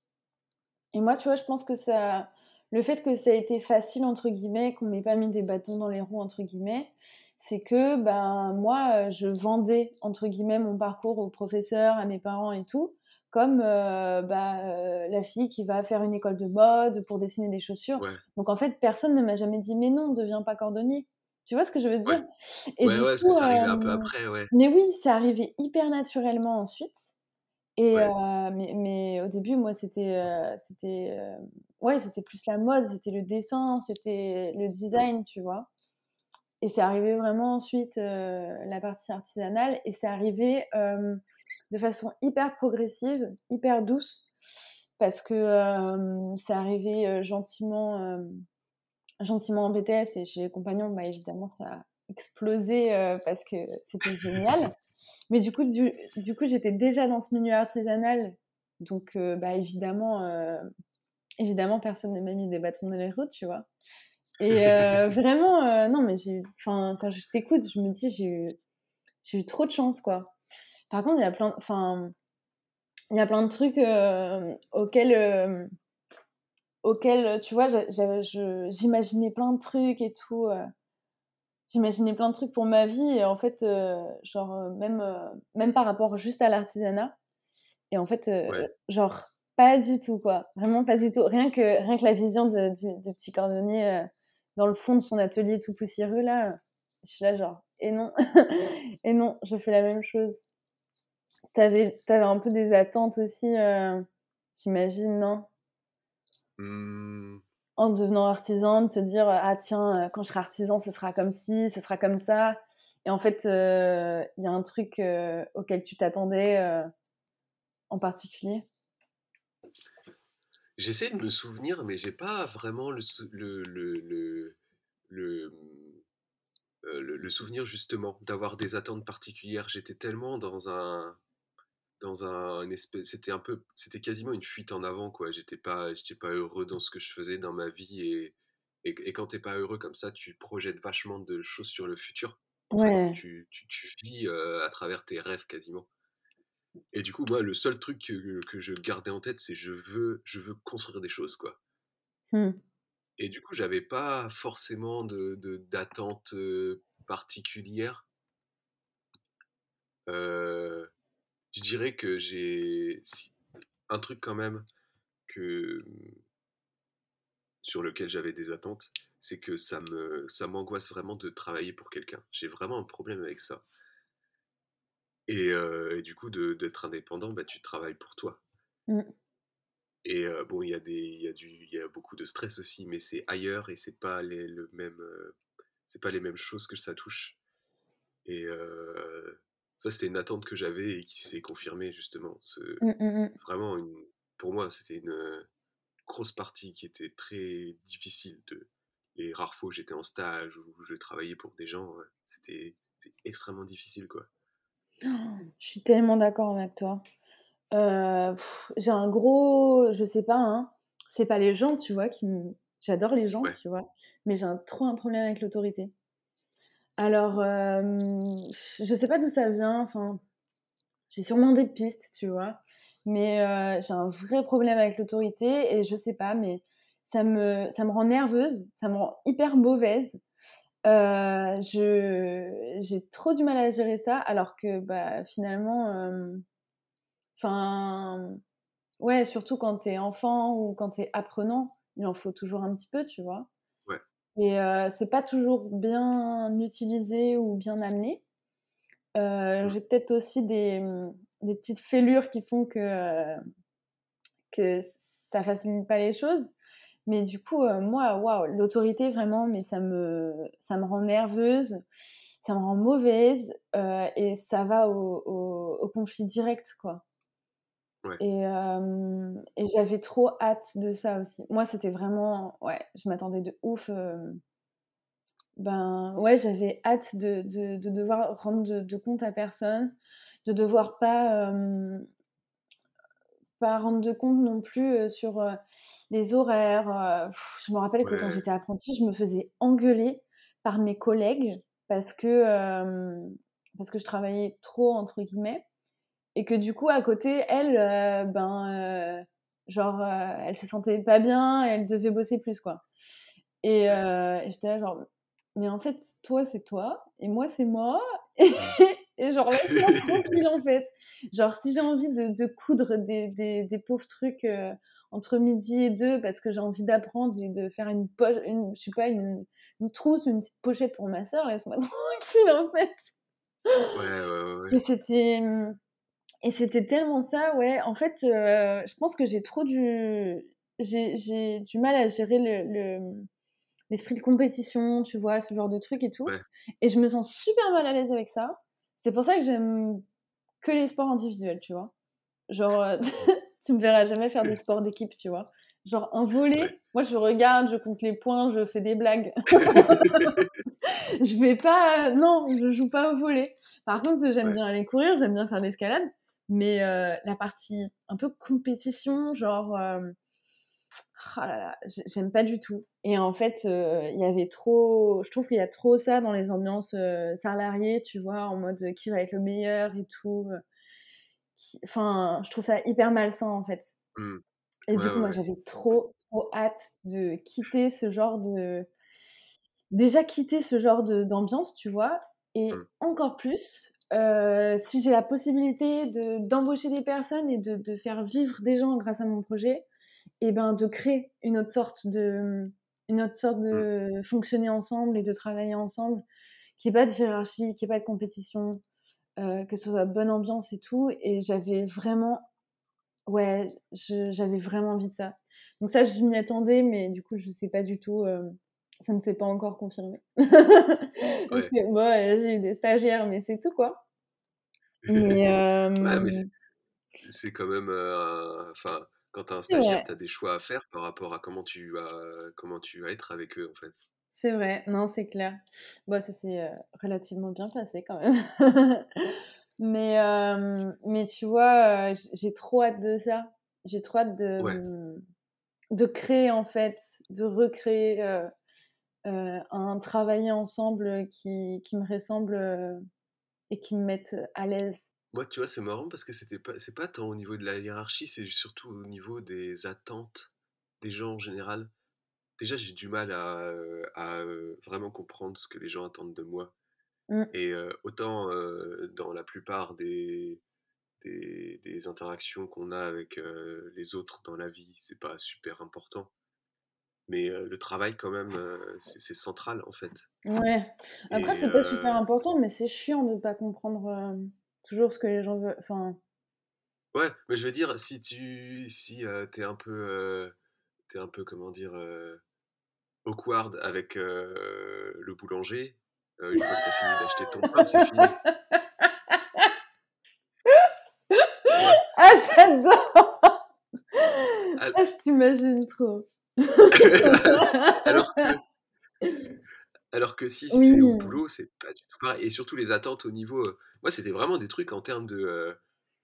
Et moi, tu vois, je pense que ça le fait que ça a été «facile» entre guillemets, qu'on m'ait pas mis des bâtons dans les roues entre guillemets, c'est que, ben, moi, heu, je «vendais» entre guillemets mon parcours aux professeurs, à mes parents et tout, comme, heu, bah, heu, la fille qui va faire une école de mode pour dessiner des chaussures. Ouais, Donc en fait, personne ne m'a jamais dit: «Mais non, deviens pas cordonnier». Tu vois ce que je veux dire? ouais. Et Ouais, du ouais, parce que coup, ça arrivait un peu hem après, ouais. mais oui, c'est arrivé hyper naturellement ensuite et Ouais. heu, mais mais au début, moi, c'était, heu, c'était, hem, ouais, c'était plus la mode, c'était le dessin, c'était le Mmh. design, tu vois? Et c'est arrivé vraiment ensuite, heu, la partie artisanale et c'est arrivé, hem, de façon hyper progressive, hyper douce parce que, hem, c'est arrivé, heu, gentiment, hem, gentiment en B T S et chez les compagnons, bah, évidemment, ça a explosé, heu, parce que c'était génial. Mais du coup du du coup, j'étais déjà dans ce milieu artisanal, donc heu, bah, évidemment, heu, évidemment personne ne m'a mis des bâtons dans les roues, tu vois? Et heu, vraiment, heu, non, mais j'ai eu enfin, quand je t'écoute, je me dis: «J'ai eu j'ai eu trop de chance, quoi». Par contre, il y a plein enfin, il y a plein de trucs, hem, auxquels, hem, auquel, tu vois, j'a j'avais je j'imaginais plein de trucs et tout, heu, j'imaginais plein de trucs pour ma vie et en fait, heu, genre, heu, même, heu, même par rapport juste à l'artisanat et en fait, heu, Ouais. genre pas du tout, quoi. Vraiment pas du tout. Rien que rien que la vision de du du petit cordonnier, heu, dans le fond de son atelier tout poussiéreux là, heu, je suis là genre: «Et non, et non, je fais la même chose». Tu avais tu avais un peu des attentes aussi, heu, j'imagine, non? Mmh, En devenant artisan, de te dire, heu: «Ah tiens, heu, quand je serai artisan, ce sera comme ci, ce sera comme ça» et en fait, heu, il y a un truc, heu, auquel tu t'attendais, heu, en particulier? j'essaie de me souvenir, mais j'ai pas vraiment le sou le le le le, mmh, heu, le le souvenir justement d'avoir des attentes particulières. J'étais tellement dans un dans un une espèce c'était un peu c'était quasiment une fuite en avant, quoi. J'étais pas j'étais pas heureux dans ce que je faisais dans ma vie et et et quand tu es pas heureux comme ça, tu projettes vachement de choses sur le futur. En fait, Ouais. tu tu tu vis, heu, à travers tes rêves quasiment et du coup, moi, le seul truc que que je gardais en tête, c'est je veux je veux construire des choses, quoi Mmh. et du coup, j'avais pas forcément de de d'attente, heu, particulière. Heu, je dirais que j'ai si un truc quand même que, mmh sur lequel j'avais des attentes, c'est que ça me ça m'angoisse vraiment de travailler pour quelqu'un. J'ai vraiment un problème avec ça et heu et du coup de d'être indépendant, bah, tu travailles pour toi Mmh. et heu, bon, il y a des il y a du il y a beaucoup de stress aussi, mais c'est ailleurs et c'est pas les le même, heu, c'est pas les mêmes choses que ça touche et heu, ça, c'était une attente que j'avais et qui s'est confirmée justement. Ce Mmh, mmh mh. vraiment une pour moi, c'était une, grosse partie qui était très difficile de les rares fois où j'étais en stage où je travaillais pour des gens, ouais, c'était c'était extrêmement difficile, quoi. Je suis tellement d'accord avec toi. Heu, j'ai un gros je sais pas, hein, c'est pas les gens, tu vois, qui me j'adore les gens, Ouais, tu vois? Mais j'ai un trop un problème avec l'autorité. Alors, hem, je sais pas d'où ça vient, enfin, j'ai sûrement des pistes, tu vois? Mais, heu, j'ai un vrai problème avec l'autorité et je sais pas, mais ça me ça me rend nerveuse, ça me rend hyper mauvaise. Heu, je j'ai trop du mal à gérer ça alors que, bah, finalement, hem, enfin, ouais, surtout quand tu es enfant ou quand tu es apprenant, il en faut toujours un petit peu, tu vois? ouais, Et heu, c'est pas toujours bien utilisé ou bien amené. Heu, mmh, j'ai peut-être aussi des, mmh, des petites fêlures qui font que, heu, que ça facilite pas les choses. Mais du coup, heu, moi, waouh, l'autorité vraiment, mais ça me ça me rend nerveuse, ça me rend mauvaise, heu et ça va au au au conflit direct, quoi. ouais, Et hem et j'avais trop hâte de ça aussi. Moi, c'était vraiment ouais, je m'attendais de ouf, hem, ben, ouais, j'avais hâte de de de devoir rendre de de compte à personne, de devoir pas, hem, pas rendre de compte non plus, heu, sur, heu, les horaires, heu. Je me rappelle que quand ouais, j'étais apprentie, je me faisais engueuler par mes collègues parce que, hem, parce que je travaillais «trop» entre guillemets et que du coup à côté elle, heu, ben, heu, genre, heu, elle se sentait pas bien et elle devait bosser plus, quoi. Et ouais, heu et j'étais là genre: «Mais en fait, toi, c'est toi et moi, c'est moi et mmh. et genre laisse-moi tranquille, en fait». Genre si j'ai envie de de coudre des des des pauvres trucs, heu, entre midi et deux parce que j'ai envie d'apprendre et de faire une poche une je sais pas, une une trousse, une petite pochette pour ma sœur, laisse-moi tranquille, en fait. Ouais, ouais, ouais, ouais, Et c'était, mmh et c'était tellement ça, ouais. En fait, heu, je pense que j'ai trop du j'ai j'ai du mal à gérer le le, mmh, l'esprit de compétition, tu vois? Ce genre de truc et tout ouais, et je me sens super mal à l'aise avec ça. C'est pour ça que j'aime que les sports individuels, tu vois? Genre, heu, mmh, tu me verras jamais faire des sports d'équipe, tu vois? Genre en ouais. volley, moi je regarde, je compte les points, je fais des blagues. Je vais pas non, je joue pas au volley. Par contre, j'aime Ouais, bien aller courir, j'aime bien faire de l'escalade, mais heu, la partie un peu compétition, genre, hem, ah là là, j'ai j'aime pas du tout et en fait, heu, il y avait trop je trouve qu'il y a trop ça dans les ambiances, heu, salariées, tu vois? En mode, heu, qui va être le meilleur et tout, heu, qui enfin, je trouve ça hyper malsain, en fait. mmh. Et Ouais, du coup, ouais, moi, ouais. j'avais trop, trop hâte de quitter ce genre de déjà quitter ce genre de d'ambiance, tu vois? Et Mmh. encore plus, heu, si j'ai la possibilité de d'embaucher des personnes et de de faire vivre des gens grâce à mon projet et ben, de créer une autre sorte de, mmh, une autre sorte Mmh. de fonctionner ensemble et de travailler ensemble, qu'il y ait pas de hiérarchie, qu'il y ait pas de compétition, heu, que ce soit bonne ambiance et tout. Et j'avais vraiment ouais, je j'avais vraiment envie de ça. Donc ça, je m'y attendais, mais du coup, je sais pas du tout, hem, ça ne s'est pas encore confirmé. Parce Ouais. que bon, heu, j'ai eu des stagiaires, mais c'est tout, quoi. Mais Ouais, mais c'est hem, c'est quand même, heu, un enfin, quand tu as un c'est stagiaire, vrai, tu as des choix à faire par rapport à comment tu vas comment tu vas être avec eux, en fait. c'est vrai. Non, c'est clair. Bah, ça s'est, heu, relativement bien passé quand même. Mais hem, mais tu vois, heu, j j'ai trop hâte de ça. J'ai trop hâte de, Ouais. mmh, de créer, en fait, de recréer, heu heu, un travailler ensemble, qui qui me ressemble, heu et qui me mette, à l'aise. Moi, tu vois, c'est marrant parce que c'était pas c'est pas tant au niveau de la hiérarchie, c'est surtout au niveau des attentes des gens en général. Déjà, j'ai du mal à, heu, à, heu, vraiment comprendre ce que les gens attendent de moi Mmh, et heu, autant, heu, dans la plupart des des des interactions qu'on a avec, heu, les autres dans la vie, c'est pas super important. Mais, heu, le travail quand même, heu, c'est c'est central, en fait ouais. Après, et c'est pas super heu, important, mais c'est chiant de pas comprendre, hem, toujours ce que les gens veulent, enfin, ouais, mais je veux dire, si tu si, heu, tu un peu, heu, tu un peu, comment dire, heu, awkward avec, heu, le boulanger, heu, une fois que tu as fini d'acheter ton pain, c'est fini, tu vois? ah, j'adore! Al Ah, je t'imagine trop. alors que alors que si Oui, c'est au boulot, c'est pas du tout pareil et surtout les attentes au niveau, heu moi, c'était vraiment des trucs en termes de, heu,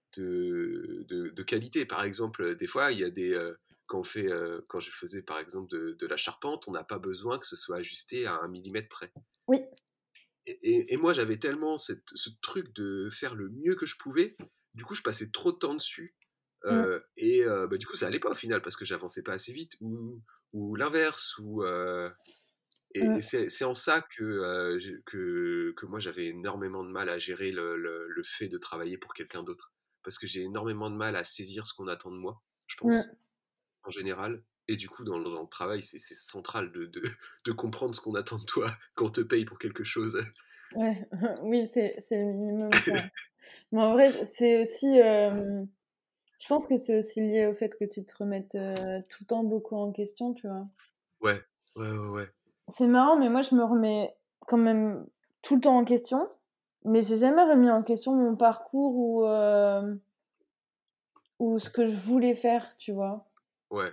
de de de qualité. Par exemple, heu, des fois, il y a des, heu, quand on fait, heu, quand je faisais, par exemple, de de la charpente, on n'a pas besoin que ce soit ajusté à un millimètre près oui, et et et moi, j'avais tellement cette ce truc de faire le mieux que je pouvais, du coup, je passais trop de temps dessus, mmh, heu et heu, bah, du coup, ça allait pas au final parce que j'avançais pas assez vite ou ou l'inverse ou heu et et mmh, c'est c'est en ça que, heu, j'ai que que moi j'avais énormément de mal à gérer le le le fait de travailler pour quelqu'un d'autre. Parce que j'ai énormément de mal à saisir ce qu'on attend de moi, je pense, mmh, en général et du coup dans le dans le travail, c'est c'est central de de de comprendre ce qu'on attend de toi quand on te paye pour quelque chose. ouais, oui, c'est c'est le minimum, quoi. Mais en vrai, c'est aussi, hem, je pense que c'est aussi lié au fait que tu te remettes, heu, tout le temps beaucoup en question, tu vois? Ouais, ouais, ouais, ouais, C'est marrant, mais moi, je me remets quand même tout le temps en question, mais j'ai jamais remis en question mon parcours ou, hem, ou ce que je voulais faire, tu vois? ouais.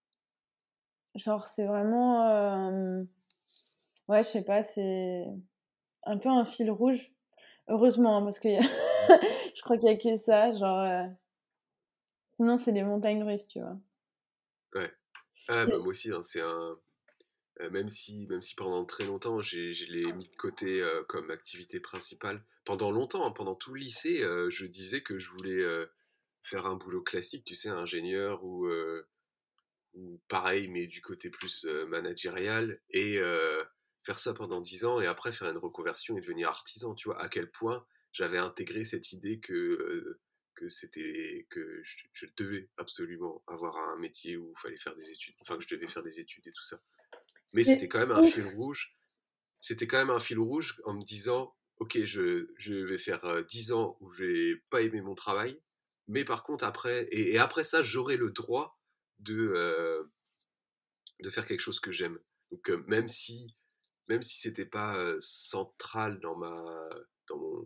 Genre, c'est vraiment, hem, ouais, je sais pas, c'est un peu un fil rouge. Heureusement, hein, parce qu'il y a je crois qu'il y a que ça, genre, heu, sinon c'est les montagnes russes, tu vois? Ouais. Ah bah, Et moi aussi, hein, c'est un heu, même si même si pendant très longtemps j'ai je l'ai mis de côté, heu, comme activité principale. Pendant longtemps, hein, pendant tout le lycée, heu, je disais que je voulais, heu, faire un boulot classique, tu sais, ingénieur ou, heu, ou pareil, mais du côté plus, heu, managérial et heu, faire ça pendant dix ans et après faire une reconversion et devenir artisan, tu vois? À quel point j'avais intégré cette idée que, heu, que c'était que je je devais absolument avoir un métier où il fallait faire des études, enfin que je devais faire des études et tout ça. Mais c'était c'est quand même un fil ouf! rouge c'était quand même un fil rouge en me disant: «OK, je je vais faire, heu, dix ans où j'ai pas aimé mon travail, mais par contre après et et après ça, j'aurai le droit de, heu, de faire quelque chose que j'aime». Donc heu, même si même si c'était pas, heu, central dans ma dans mon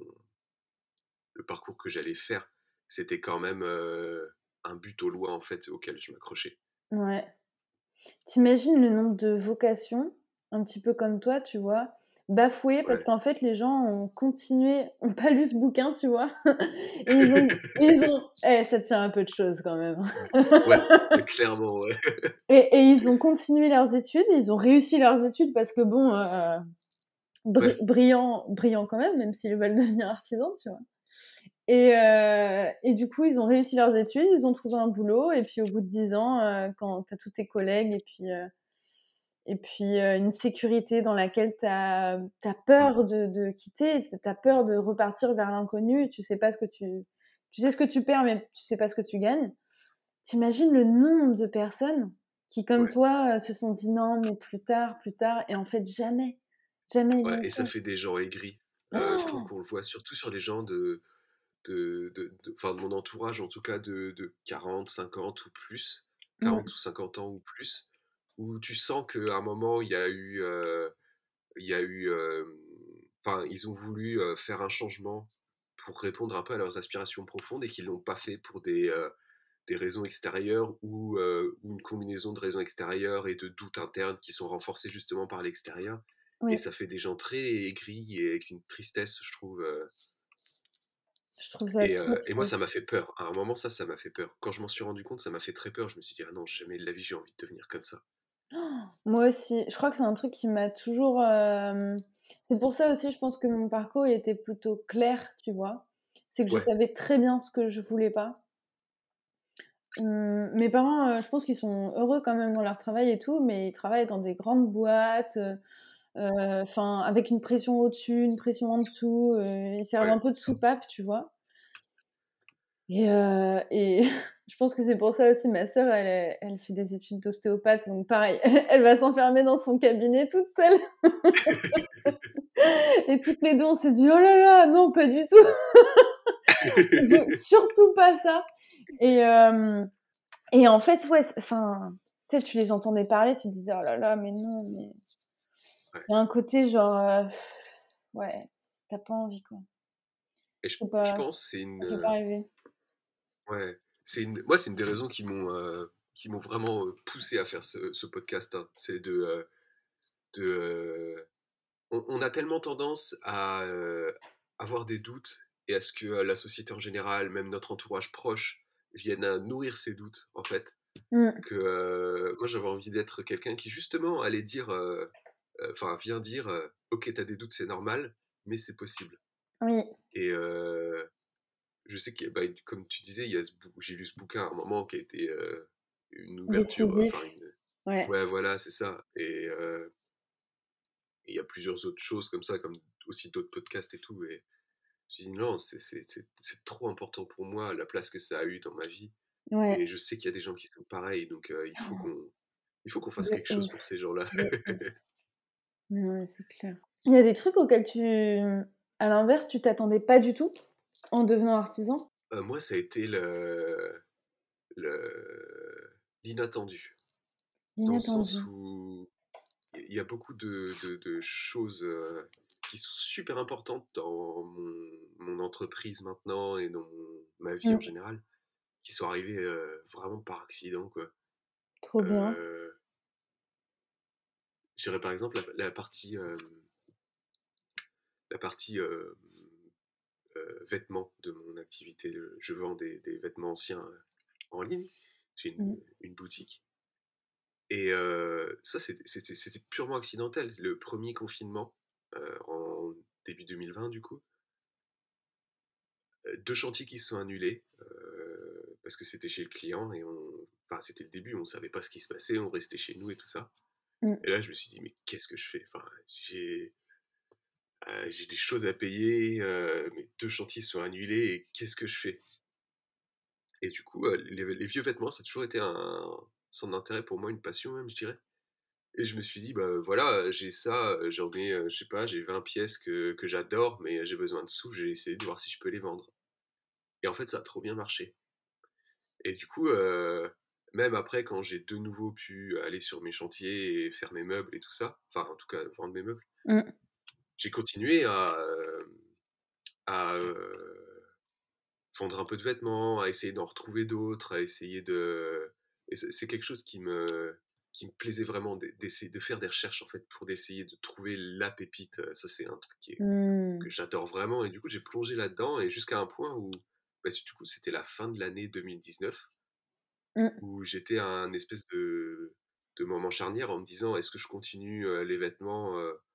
le parcours que j'allais faire, c'était quand même, heu, un but au loin, en fait, auquel je m'accrochais. Ouais. Tu imagines le nombre de vocations, un petit peu comme toi, tu vois, bafouées parce Ouais. qu'en fait les gens ont continué ont pas lu ce bouquin, tu vois? Et ils ont et ils ont eh, ça tient un peu de choses quand même. Ouais, ouais, clairement, ouais. Et et ils ont continué leurs études, ils ont réussi leurs études parce que bon, heu, bri Ouais, brillants brillants quand même, même s'ils veulent devenir artisans, tu vois? Et, euh, et du coup, ils ont réussi leurs études, ils ont trouvé un boulot. Et puis, au bout de dix ans, euh, quand tu as tous tes collègues et puis, euh, et puis euh, une sécurité dans laquelle tu as Mm. peur de, de quitter, tu as peur de repartir vers l'inconnu, tu sais pas ce que tu... Tu sais ce que tu perds, mais tu sais pas ce que tu gagnes. T'imagines le nombre de personnes qui, comme Ouais. toi, euh, se sont dit non, mais plus tard, plus tard, et en fait, jamais, jamais ils Ouais, l'ont et ça fait. fait des gens aigris. Euh, je trouve Oh. qu'on le voit surtout sur les gens de, de, de, de- enfin, de mon entourage, en tout cas de, de quarante, cinquante ou plus, Mm. quarante ou cinquante ans ou plus, où tu sens qu'à un moment, il y a eu, euh, il y a eu, euh, enfin, ils ont voulu euh, faire un changement pour répondre un peu à leurs aspirations profondes et qu'ils l'ont pas fait pour des, euh, des raisons extérieures ou, euh, ou une combinaison de raisons extérieures et de doutes internes qui sont renforcés justement par l'extérieur. Et Oui, ça fait des gens très aigris et avec une tristesse, je trouve. euh, je trouve ça Et, euh, et moi, ça triste. m'a fait peur. À un moment, ça, ça m'a fait peur. Quand je m'en suis rendu compte, ça m'a fait très peur. Je me suis dit, ah non, jamais de la vie, j'ai envie de devenir comme ça. Moi aussi, je crois que c'est un truc qui m'a toujours... euh, C'est pour ça aussi, je pense que mon parcours, il était plutôt clair, tu vois. C'est que je Ouais, savais très bien ce que je voulais pas. Hum, mes parents, euh, je pense qu'ils sont heureux quand même dans leur travail et tout, mais ils travaillent dans des grandes boîtes, euh, euh, enfin, avec une pression au-dessus, une pression en dessous. euh, ils servent ouais. un peu de soupape, tu vois. Et, euh, et je pense que c'est pour ça aussi, ma sœur, elle, est- elle fait des études d'ostéopathe, donc pareil, elle va s'enfermer dans son cabinet toute seule. Et toutes les deux, on s'est dit, oh là là, non, pas du tout. On veut surtout pas ça. Et, euh, et en fait, ouais, enfin, tu sais, tu les entendais parler, tu te disais, oh là là, mais non, mais Ouais. il y a un côté genre, euh, ouais, t'as pas envie, quoi. Et je, Faut je pas, pense que c'est une, ça fait pas euh, rêver. ouais, c'est une, moi, c'est une des raisons qui m'ont, euh, qui m'ont vraiment euh, poussé à faire ce, ce podcast, hein. C'est de, euh, de, euh, on, on a tellement tendance à euh, avoir des doutes et à ce que euh, la société en général, même notre entourage proche, vienne à nourrir ces doutes, en fait. Mm. Que euh, moi, j'avais envie d'être quelqu'un qui, justement, allait dire, euh, euh, enfin, vient dire, euh, ok, t'as des doutes, c'est normal, mais c'est possible. Oui, Et euh, je sais que, bah, comme tu disais, il y a ce bou- j'ai lu ce bouquin à un moment qui a été euh, une ouverture, euh, décisif, enfin, une... ouais, ouais, voilà, c'est ça. Et euh, et il y a plusieurs autres choses comme ça, comme aussi d'autres podcasts et tout. Et je dis non, c'est c'est- c'est- c'est trop important pour moi, la place que ça a eu dans ma vie. ouais, Et je sais qu'il y a des gens qui sont pareils, donc euh, il faut qu'on il faut qu'on fasse de quelque chose ouf, pour ces gens-là. de ouf. Mais ouais, c'est clair. Il y a des trucs auxquels tu, à l'inverse, tu t'attendais pas du tout en devenant artisan? Euh, moi, ça a été le, le- l'inattendu, dans le sens Inattendu. où il y a beaucoup de, de- de choses euh, qui sont super importantes dans mon, mon entreprise maintenant et dans mon- ma vie en Mm. général, qui sont arrivées euh, vraiment par accident, quoi. Trop bien. Euh, je dirais par exemple la, la partie, euh, la partie euh, euh, vêtements de mon activité. Je vends des, des vêtements anciens euh, en ligne. J'ai Mm. une, une boutique. Et euh, ça, c'était c'était- c'était purement accidentel. Le premier confinement, euh, en début deux mille vingt, du coup, euh, deux chantiers qui se sont annulés euh, parce que c'était chez le client et on... enfin, c'était le début, on savait pas ce qui se passait, on restait chez nous et tout ça. Mm. Et là, je me suis dit, mais qu'est-ce que je fais? Enfin, j'ai euh, j'ai des choses à payer, euh, mes deux chantiers sont annulés et qu'est-ce que je fais? Et du coup, euh, les, les vieux vêtements, ça a toujours été un centre d'intérêt pour moi, une passion même, je dirais. Et je me suis dit, bah voilà, j'ai ça, euh, j'en ai, euh, je sais pas, j'ai vingt pièces que, que j'adore, mais j'ai besoin de sous, j'ai essayé de voir si je peux les vendre. Et en fait, ça a trop bien marché. Et du coup, euh, même après, quand j'ai de nouveau pu aller sur mes chantiers et faire mes meubles et tout ça, enfin, en tout cas, vendre mes meubles, Mm. j'ai continué à, euh, à euh, vendre un peu de vêtements, à essayer d'en retrouver d'autres, à essayer de... Et c'est c'est quelque chose qui me, qui me plaisait vraiment, d'e- d'essayer de faire des recherches en fait pour d'essayer de trouver la pépite. Ça, c'est un truc qui est- que Mm. j'adore vraiment. Et du coup, j'ai plongé là-dedans et jusqu'à un point où, bah, si, du coup, c'était la fin de l'année deux mille dix-neuf, Mm. où j'étais à un espèce de, de moment charnière en me disant, est-ce que je continue euh, les vêtements euh,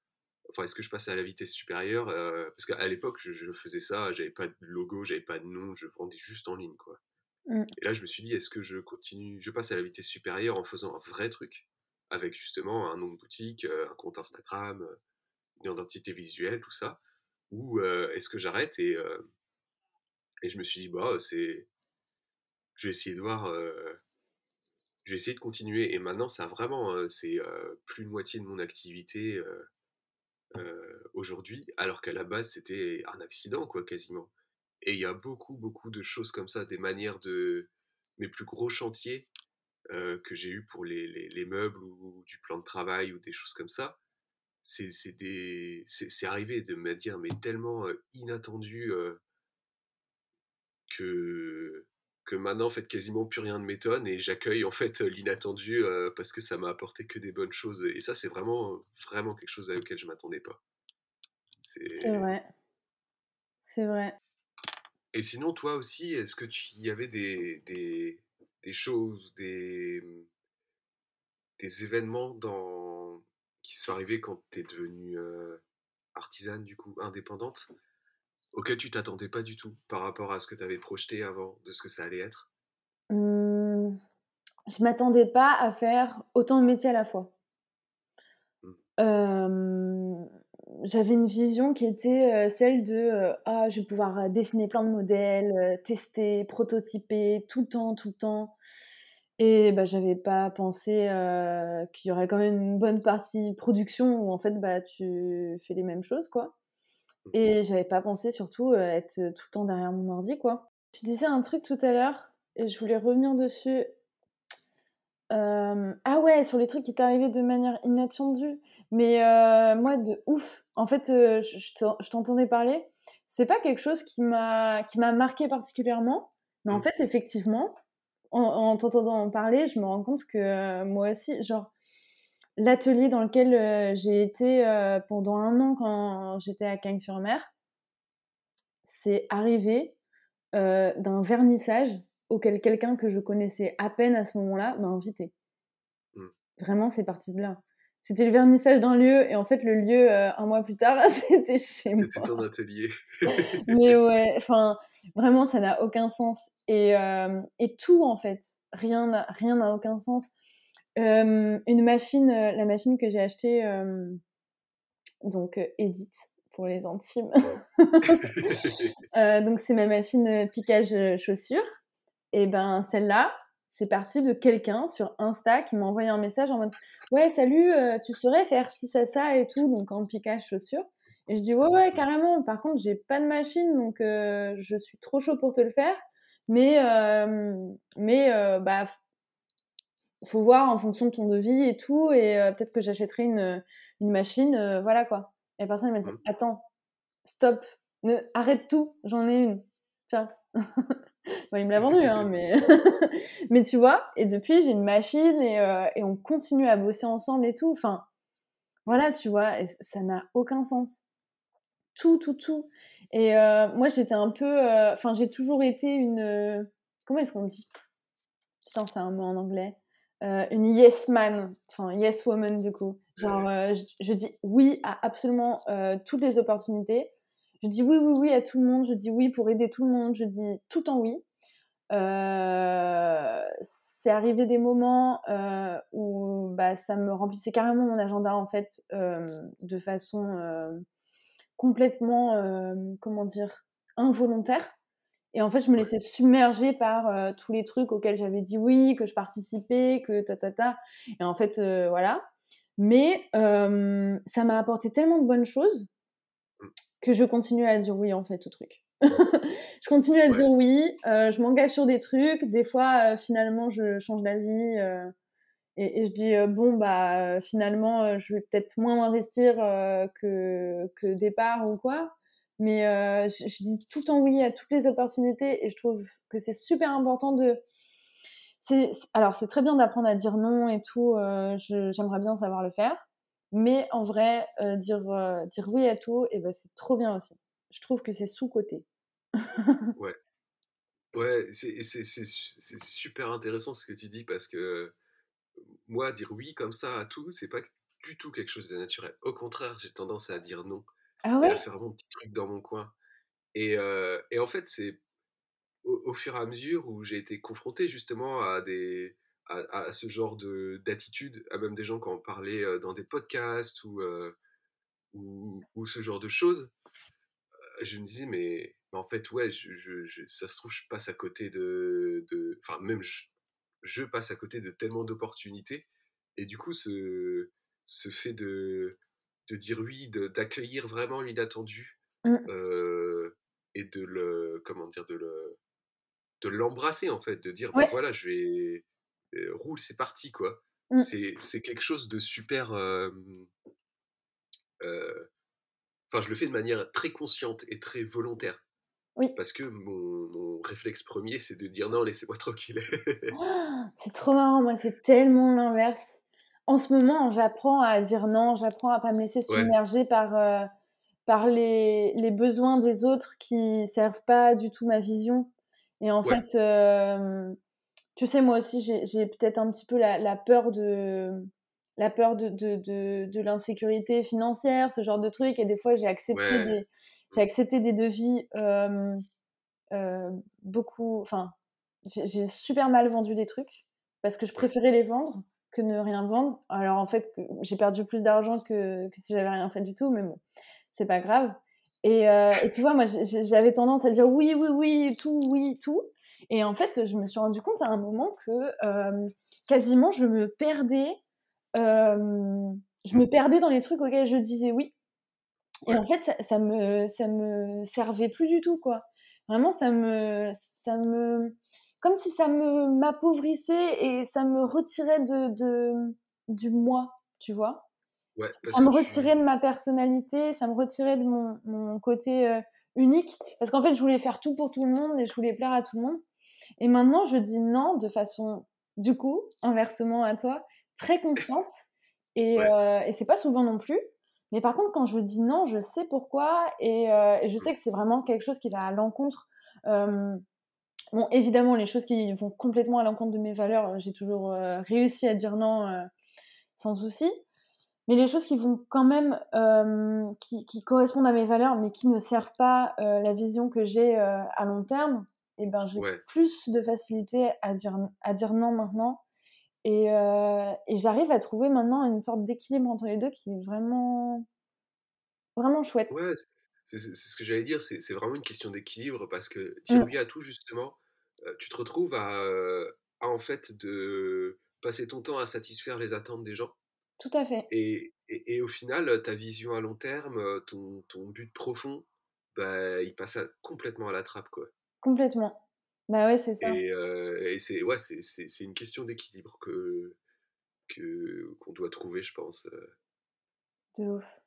enfin, est-ce que je passe à la vitesse supérieure? Euh, parce qu'à l'époque, je, je faisais ça, j'avais pas de logo, j'avais pas de nom, je vendais juste en ligne, quoi. Mm. Et là, je me suis dit, est-ce que je continue, je passe à la vitesse supérieure en faisant un vrai truc, avec justement un nom de boutique, euh, un compte Instagram, euh, une identité visuelle, tout ça, ou euh, est-ce que j'arrête et, euh, et je me suis dit, bah, c'est, je vais essayer de voir, euh, je vais essayer de continuer. Et maintenant, ça a vraiment, euh, c'est euh, plus de moitié de mon activité euh, euh, aujourd'hui, alors qu'à la base, c'était un accident, quoi, quasiment. Et il y a beaucoup, beaucoup de choses comme ça, des manières de mes plus gros chantiers euh, que j'ai eu pour les, les, les meubles ou du plan de travail ou des choses comme ça. C'est c'est des c'est c'est arrivé de manière mais tellement euh, inattendue euh, que que maintenant en fait quasiment plus rien ne m'étonne et j'accueille en fait euh, l'inattendu euh, parce que ça m'a apporté que des bonnes choses et ça c'est vraiment vraiment quelque chose auquel je m'attendais pas. C'est C'est vrai, c'est vrai. Et sinon toi aussi est-ce que tu y avait des des des choses des des événements dans qui sont arrivés quand t'es devenue euh, artisane du coup indépendante auquel tu t'attendais pas du tout par rapport à ce que tu avais projeté avant de ce que ça allait être? Mmh, je m'attendais pas à faire autant de métiers à la fois. Mmh. Hem, J'avais une vision qui était, heu, celle de, heu: «Ah, je vais pouvoir, heu, dessiner plein de modèles, heu, tester, prototyper tout le temps, tout le temps» et bah, j'avais pas pensé, heu, qu'il y aurait quand même une bonne partie production où en fait, bah, tu fais les mêmes choses, quoi Mmh. et j'avais pas pensé surtout, heu, être tout le temps derrière mon ordi, quoi. Tu disais un truc tout à l'heure et je voulais revenir dessus. Hem, ah ouais, sur les trucs qui t'arrivaient de manière inattendue, mais heu, moi de ouf. En fait, heu, je je t'en je t'entendais parler, c'est pas quelque chose qui m'a qui m'a marquée particulièrement, mais en Mmh. fait, effectivement, en en t'entendant parler, je me rends compte que, heu, moi aussi, genre, l'atelier dans lequel, heu, j'ai été, heu, pendant un an quand j'étais à Cagnes-sur-Mer, c'est arrivé, heu, d'un vernissage auquel quelqu'un que je connaissais à peine à ce moment-là m'a invitée. Mmh. Vraiment, c'est parti de là. C'était le vernissage d'un lieu et en fait, le lieu, heu, un mois plus tard, c'était chez C'était moi. ton atelier. Mais ouais, enfin, vraiment, ça n'a aucun sens et hem et tout, en fait, rien n'a rien n'a aucun sens. Hem, une machine, heu, la machine que j'ai achetée, hem, donc heu, Edith pour les intimes. Heu, donc c'est ma machine, heu, piquage, heu, chaussures. Et ben, celle-là, c'est parti de quelqu'un sur Insta qui m'a envoyé un message en mode: «Ouais, salut, heu, tu saurais faire ci, ça, ça et tout», donc en piquage chaussures et je dis: «Ouais, ouais, Mmh. carrément. Par contre, j'ai pas de machine donc heu, je suis trop chaud pour te le faire, mais hem, mais heu, bah, f faut voir en fonction de ton devis et tout et heu, peut-être que j'achèterai une, une machine, heu, voilà quoi». Et la personne elle m'a dit: Mmh. «Attends, stop, ne arrête tout, j'en ai une, tiens». Bon, il me l'a vendu, hein, mais mais tu vois? Et depuis, j'ai une machine et heu et on continue à bosser ensemble et tout. Enfin, Mmh. voilà, tu vois? Et ç ça n'a aucun sens. Tout, tout, tout et heu, moi, j'étais un peu, heu enfin, j'ai toujours été une, heu, comment est-ce qu'on dit? Putain, c'est un mot en anglais. Heu, une yes man, enfin yes woman du coup. Genre, Ouais. heu, je je dis oui à absolument, heu, toutes les opportunités. Je dis oui, oui, oui à tout le monde. Je dis oui pour aider tout le monde. Je dis tout le temps oui. Heu, c'est arrivé des moments, heu, où, bah, ça me remplissait carrément mon agenda en fait, hem, de façon, hem, complètement, hem, comment dire? Involontaire et en fait, je me Ouais. laissais submerger par, heu, tous les trucs auxquels j'avais dit oui, que je participais, que ta ta ta et en fait, heu, voilà. Mais hem, ça m'a apporté tellement de bonnes choses Mmh. que je continue à dire oui, en fait, au truc. Je continue à Ouais. dire oui, heu, je m'engage sur des trucs. Des fois, heu, finalement, je change d'avis, heu et et je dis, heu: «Bon, bah, heu, finalement, heu, je vais peut-être moins m'investir, heu, que que départ ou quoi». Mais heu, je je dis tout le temps oui à toutes les opportunités et je trouve que c'est super important de c'est c alors c'est très bien d'apprendre à dire non et tout, heu, je j'aimerais bien savoir le faire. Mais en vrai, heu, dire, heu, dire oui à tout et bah, c'est trop bien aussi. Je trouve que c'est sous-coté. Ouais. Ouais, c'est c'est c'est su c'est super intéressant ce que tu dis parce que, moi, dire oui comme ça à tout, c'est pas du tout quelque chose de naturel. Au contraire, j'ai tendance à dire non Ah et à ouais? faire mon petit truc dans mon coin et heu et en fait, c'est au au fur et à mesure où j'ai été confronté justement à des à à ce genre de d'attitude, à même des gens qui en parlaient, heu, dans des podcasts ou heu, ou ou ce genre de choses, heu, je me disais: «Mais mais en fait, ouais, je je je ça se trouve, je passe à côté de de enfin même je je passe à côté de tellement d'opportunités» et du coup ce ce fait de de dire oui, de d'accueillir vraiment l'inattendu, Mmh, heu et de le comment dire? De le de l'embrasser en fait, de dire: «Bah, ouais, voilà, je vais, heu, roule, c'est parti quoi». mmh, C'est c'est quelque chose de super, hem, heu, enfin je le fais de manière très consciente et très volontaire oui. parce que mon mon réflexe premier c'est de dire: «Non, laissez-moi tranquille». C'est trop marrant, moi, c'est tellement l'inverse. En ce moment, j'apprends à dire non, j'apprends à pas me laisser Ouais, submerger par, heu, par les les besoins des autres qui servent pas du tout ma vision et en ouais, fait, hem, tu sais, moi aussi, j'ai j'ai peut-être un petit peu la la peur de la peur de de de de l'insécurité financière, ce genre de truc et des fois, j'ai accepté ouais, des j'ai mmh, accepté des devis, hem Heu, beaucoup enfin, j'ai j'ai super mal vendu des trucs parce que je ouais, préférais les vendre que ne rien vendre. Alors en fait, que j'ai perdu plus d'argent que que si j'avais rien fait du tout, mais bon, c'est pas grave et heu et tu vois, moi, j'ai j'ai j'avais tendance à dire: «Oui, oui, oui, tout, oui, tout» et en fait, je me suis rendu compte à un moment que, hem, quasiment je me perdais, hem, je mmh, me perdais dans les trucs auxquels je disais «oui» et ouais, en fait, ça ça me ça me servait plus du tout, quoi. Vraiment, ça me ça me comme si ça me m'appauvrissait et ça me retirait de de du moi, tu vois? ouais, Ç parce ça que me retirait de tu ma personnalité, ça me retirait de mon mon côté, heu, unique. Parce qu'en fait, je voulais faire tout pour tout le monde et je voulais plaire à tout le monde et maintenant, je dis non de façon, du coup, inversement à toi, très consciente et ouais, heu et c'est pas souvent non plus. Mais par contre, quand je dis non, je sais pourquoi et heu et je mmh, sais que c'est vraiment quelque chose qui va à l'encontre, hem, bon, évidemment, les choses qui vont complètement à l'encontre de mes valeurs, heu, j'ai toujours, heu, réussi à dire non, heu, sans souci. Mais les choses qui vont quand même, hem, qui qui correspondent à mes valeurs, mais qui ne servent pas, heu, la vision que j'ai, heu, à long terme et ben, j'ai ouais, plus de facilité à dire n à dire non maintenant et heu et j'arrive à trouver maintenant une sorte d'équilibre entre les deux qui est vraiment vraiment chouette. ouais, c'est c'est c'est ce que j'allais dire, c'est c'est vraiment une question d'équilibre parce que dire Mmh, oui à tout justement, heu, tu te retrouves à, heu, à en fait de passer ton temps à satisfaire les attentes des gens. tout à fait, Et et et au final, heu, ta vision à long terme, heu, ton ton but profond, bah, il passe à complètement à la trappe, quoi. complètement. Bah, ouais, c'est ça, Et heu et c'est ouais, c'est c'est c'est une question d'équilibre que que qu'on doit trouver, je pense, heu. de ouf.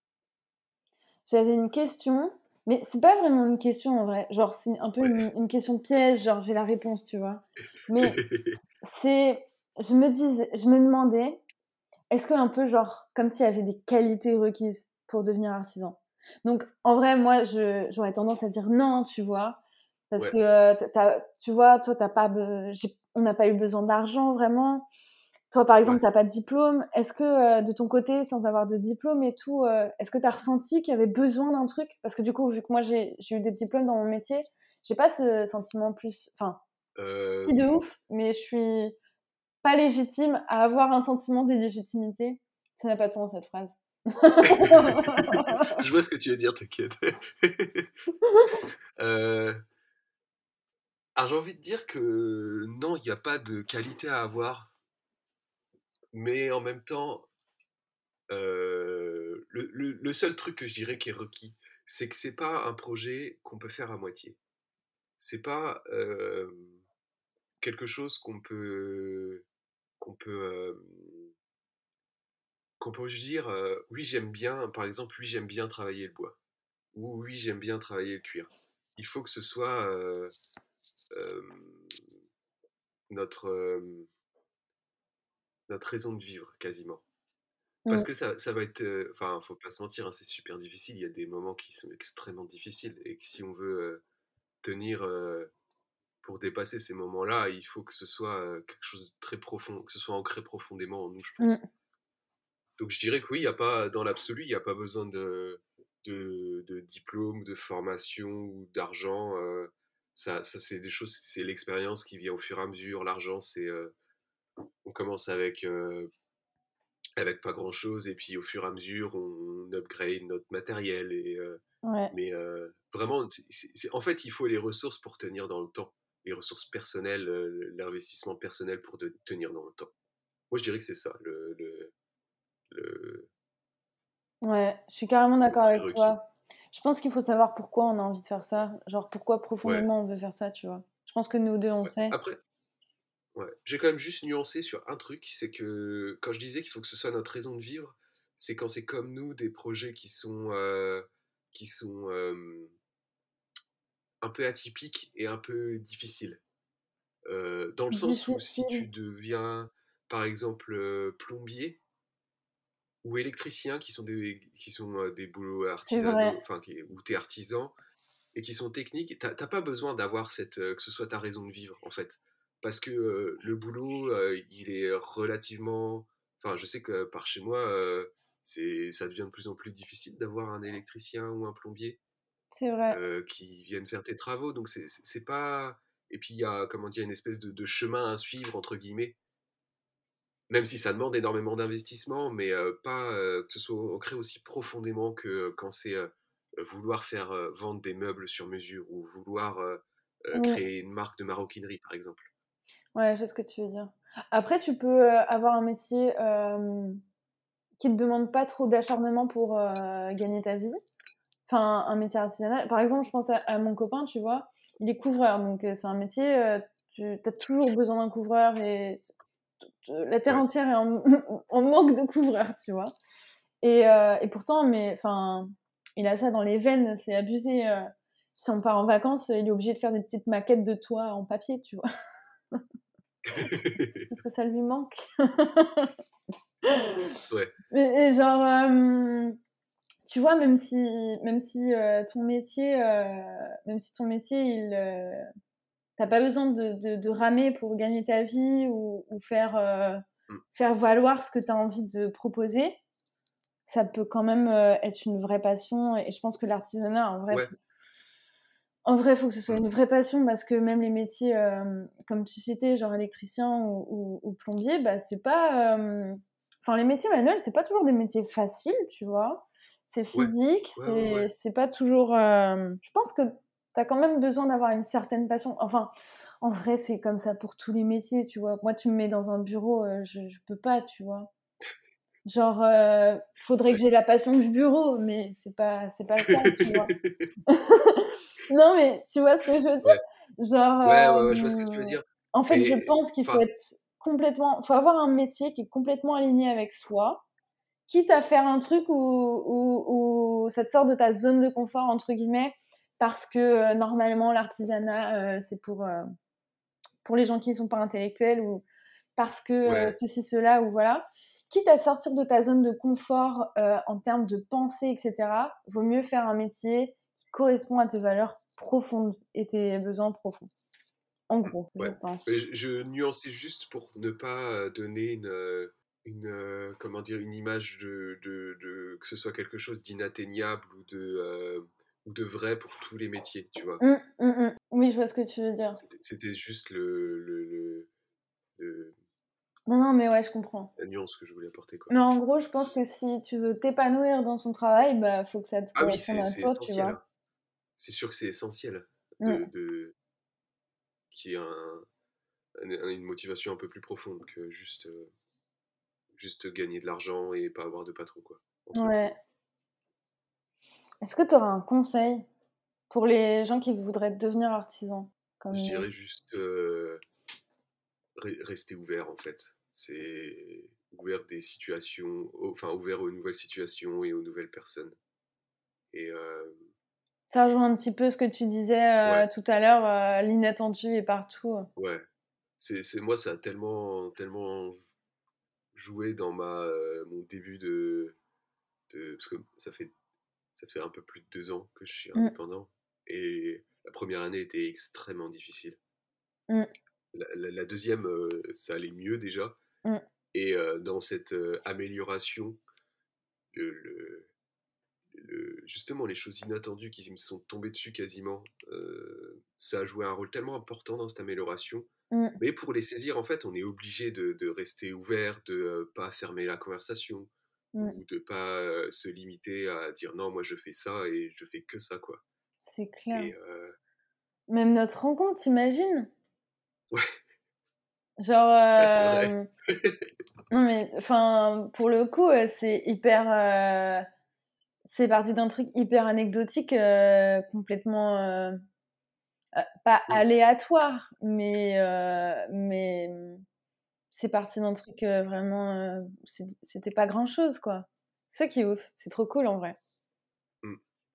J'avais une question, mais c'est pas vraiment une question en vrai, genre c'est un peu Ouais. une une question piège, genre j'ai la réponse, tu vois? Mais c'est je me disais je me demandais, est-ce qu'un peu genre comme s'il y avait des qualités requises pour devenir artisan? Donc en vrai, moi je j'aurais tendance à dire non, tu vois? Parce que, Ouais, heu, tu as tu vois, toi tu as pas be j'ai on n'a pas eu besoin d'argent vraiment. Toi, par exemple, ouais. tu as pas de diplôme. Est-ce que, heu, de ton côté, sans avoir de diplôme et tout, heu, est-ce que tu as ressenti qu'il y avait besoin d'un truc? Parce que du coup, vu que moi j'ai j'ai eu des diplômes dans mon métier, j'ai pas ce sentiment plus enfin, si de Hem, ouf, mais je suis pas légitime à avoir un sentiment d'illégitimité. Ça n'a pas de sens cette phrase. je vois ce que tu veux dire, t'inquiète. Heu, alors j'ai envie de dire que non, il y a pas de qualité à avoir, mais en même temps, heu, le le le seul truc que je dirais qui est requis, c'est que c'est pas un projet qu'on peut faire à moitié. C'est pas, hem, quelque chose qu'on peut qu'on peut, hem, qu'on peut juste dire, heu: «Oui, j'aime bien», par exemple: «Oui, j'aime bien travailler le bois» ou «Oui, j'aime bien travailler le cuir». Il faut que ce soit, heu, hem, notre, hem, notre raison de vivre quasiment. Parce Mmh, que ça ça va être, heu, enfin, faut pas se mentir, hein, c'est super difficile. Il y a des moments qui sont extrêmement difficiles et que si on veut, heu, tenir, heu, pour dépasser ces moments-là, il faut que ce soit, heu, quelque chose de très profond, que ce soit ancré profondément en nous, je pense. mmh. Donc je dirais que oui, il y a pas dans l'absolu, il y a pas besoin de de de diplôme, de formation ou d'argent, heu, ça ça c'est des choses c'est l'expérience qui vient au fur et à mesure. L'argent, c'est, heu, on commence avec, heu, avec pas grand-chose et puis au fur et à mesure, on upgrade notre matériel et heu, Ouais. mais heu, vraiment, c'est c'est c'est en fait, il faut les ressources pour tenir dans le temps. Les ressources personnelles, heu, l'investissement personnel pour te tenir dans le temps. Moi, je dirais que c'est ça le le le Ouais, je suis carrément le d'accord avec prérequis. toi. Je pense qu'il faut savoir pourquoi on a envie de faire ça, genre pourquoi Ouais, profondément on veut faire ça, tu vois? Je pense que nous deux on ouais. sait. Après ouais, j'ai quand même juste nuancé sur un truc, c'est que quand je disais qu'il faut que ce soit notre raison de vivre, c'est quand c'est comme nous des projets qui sont, heu, qui sont, hem, un peu atypiques et un peu difficiles. Heu, dans le sens où si Difficile, tu deviens, par exemple, heu, plombier ou électricien qui sont des qui sont, heu, des boulots c'est vrai, artisanaux, enfin qui où tu es artisan et qui sont techniques, t'as as pas besoin d'avoir cette, heu, que ce soit ta raison de vivre, en fait. Parce que, heu, le boulot, heu, il est relativement enfin, je sais que par chez moi, heu, c'est ça devient de plus en plus difficile d'avoir un électricien ou un plombier, c'est vrai. heu, qui viennent faire tes travaux, donc c'est c'est c'est pas et puis il y a, comment dire? Une espèce de de «chemin à suivre» entre guillemets, même si ça demande énormément d'investissement, mais heu, pas, heu, que ce soit ancré aussi profondément que, heu, quand c'est, heu, vouloir faire, heu, vendre des meubles sur mesure ou vouloir, heu heu, Oui, créer une marque de maroquinerie, par exemple. ouais, je vois ce que tu veux dire. Après tu peux, heu, avoir un métier, hem, qui te demande pas trop d'acharnement pour, heu, gagner ta vie. Enfin, un métier artisanal. Par exemple, je pense à à mon copain, tu vois? Il est couvreur, donc heu, c'est un métier, heu, tu as toujours besoin d'un couvreur et t t la terre Ouais. entière est en en manque de couvreurs, tu vois? Et heu et pourtant mais enfin, il a ça dans les veines, c'est abusé, heu, si on part en vacances, il est obligé de faire des petites maquettes de toit en papier, tu vois? Parce que ça lui manque. Ouais, Mais et genre, hem, tu vois, même si même si, heu, ton métier, heu, même si ton métier, il, heu tu pas besoin de de de ramer pour gagner ta vie ou ou faire, heu, mmh, faire valoir ce que tu as envie de proposer, ça peut quand même, heu, être une vraie passion et je pense que l'artisanat, en vrai, ouais, en vrai, il faut que ce soit mmh, une vraie passion parce que même les métiers, hem, comme tu citais, genre électricien ou ou ou plombier, bah, c'est pas, hem enfin, les métiers manuels, c'est pas toujours des métiers faciles, tu vois? C'est ouais, physique, ouais, ouais, ouais, c'est c'est pas toujours, hem je pense que tu as quand même besoin d'avoir une certaine passion. Enfin, en vrai, c'est comme ça pour tous les métiers, tu vois? Moi, tu me mets dans un bureau, heu, je je peux pas, tu vois? Genre, heu, faudrait que ouais. j'ai la passion du bureau, mais c'est pas c'est pas le cas, tu vois? Non, mais tu vois ce que je veux dire? Ouais, Genre, ouais, ouais, ouais, je vois ce que tu veux hem, dire, en fait, je mais pense qu'il faut enfin, être complètement faut avoir un métier qui est complètement aligné avec soi, quitte à faire un truc où où où ça te sort de ta «zone de confort» entre guillemets, parce que, heu, normalement l'artisanat, heu, c'est pour, heu, pour les gens qui sont pas intellectuels ou parce que, heu, ouais, ceci, cela ou voilà. Quitte à sortir de ta zone de confort, heu, en termes de pensée et cetera, vaut mieux faire un métier qui correspond à tes valeurs profondes et tes besoins profonds. En mmh, gros, je ouais. pense. Mais je je nuançais juste pour ne pas, heu, donner une, heu, une, heu, comment dire? Une image de de de que ce soit quelque chose d'inatteignable ou de, heu, ou de vrai pour tous les métiers, tu vois? Mmh, mmh mh. Oui, je vois ce que tu veux dire. C'était c'était juste le le le le Non, non, mais ouais, je comprends. la nuance que je voulais apporter, quoi. Mais en gros, je pense que si tu veux t'épanouir dans son travail, bah, faut que ça te Ah oui, corresponde c'est à c'est toi, tu essentiel, vois? hein. C'est sûr que c'est essentiel de Mmh. de qu'il y ait un un une motivation un peu plus profonde que juste, heu, juste gagner de l'argent et pas avoir de patron, quoi, entre Ouais. guillemets. Est-ce que tu aurais un conseil pour les gens qui voudraient devenir artisans Je comme nous? dirais juste, heu, re rester ouvert, en fait. C'est ouvert des situations au enfin, ouvert aux nouvelles situations et aux nouvelles personnes et hem, Ça rejoint un petit peu ce que tu disais, ouais, heu, tout à l'heure, heu, l'inattendu est partout. ouais. C'est c'est moi, ça a tellement tellement joué dans ma, heu, mon début de de parce que ça fait ça fait un peu plus de deux ans que je suis Mmh, indépendant et la première année était extrêmement difficile. mmh, La la la deuxième, heu, ça allait mieux déjà, mmh. Et euh, dans cette euh, amélioration, le, le- le- justement les choses inattendues qui me sont tombées dessus quasiment, euh, ça a joué un rôle tellement important dans cette amélioration. Mm, Mais pour les saisir, en fait, on est obligé de, de rester ouvert, de euh, pas fermer la conversation, mm, ou de pas euh, se limiter à dire non, moi je fais ça et je fais que ça, quoi. c'est clair. Et euh, Même notre rencontre, t'imagines? ouais, Genre, ouais, c'est vrai. euh, non mais, enfin, pour le coup, euh, c'est hyper, euh, c'est parti d'un truc hyper anecdotique, euh, complètement, euh, euh, pas Mm, aléatoire, mais, euh, mais mm, c'est parti d'un truc euh, vraiment, euh, c'est- c'était pas grand chose, quoi. C'est ça qui est ouf, c'est trop cool en vrai. mm.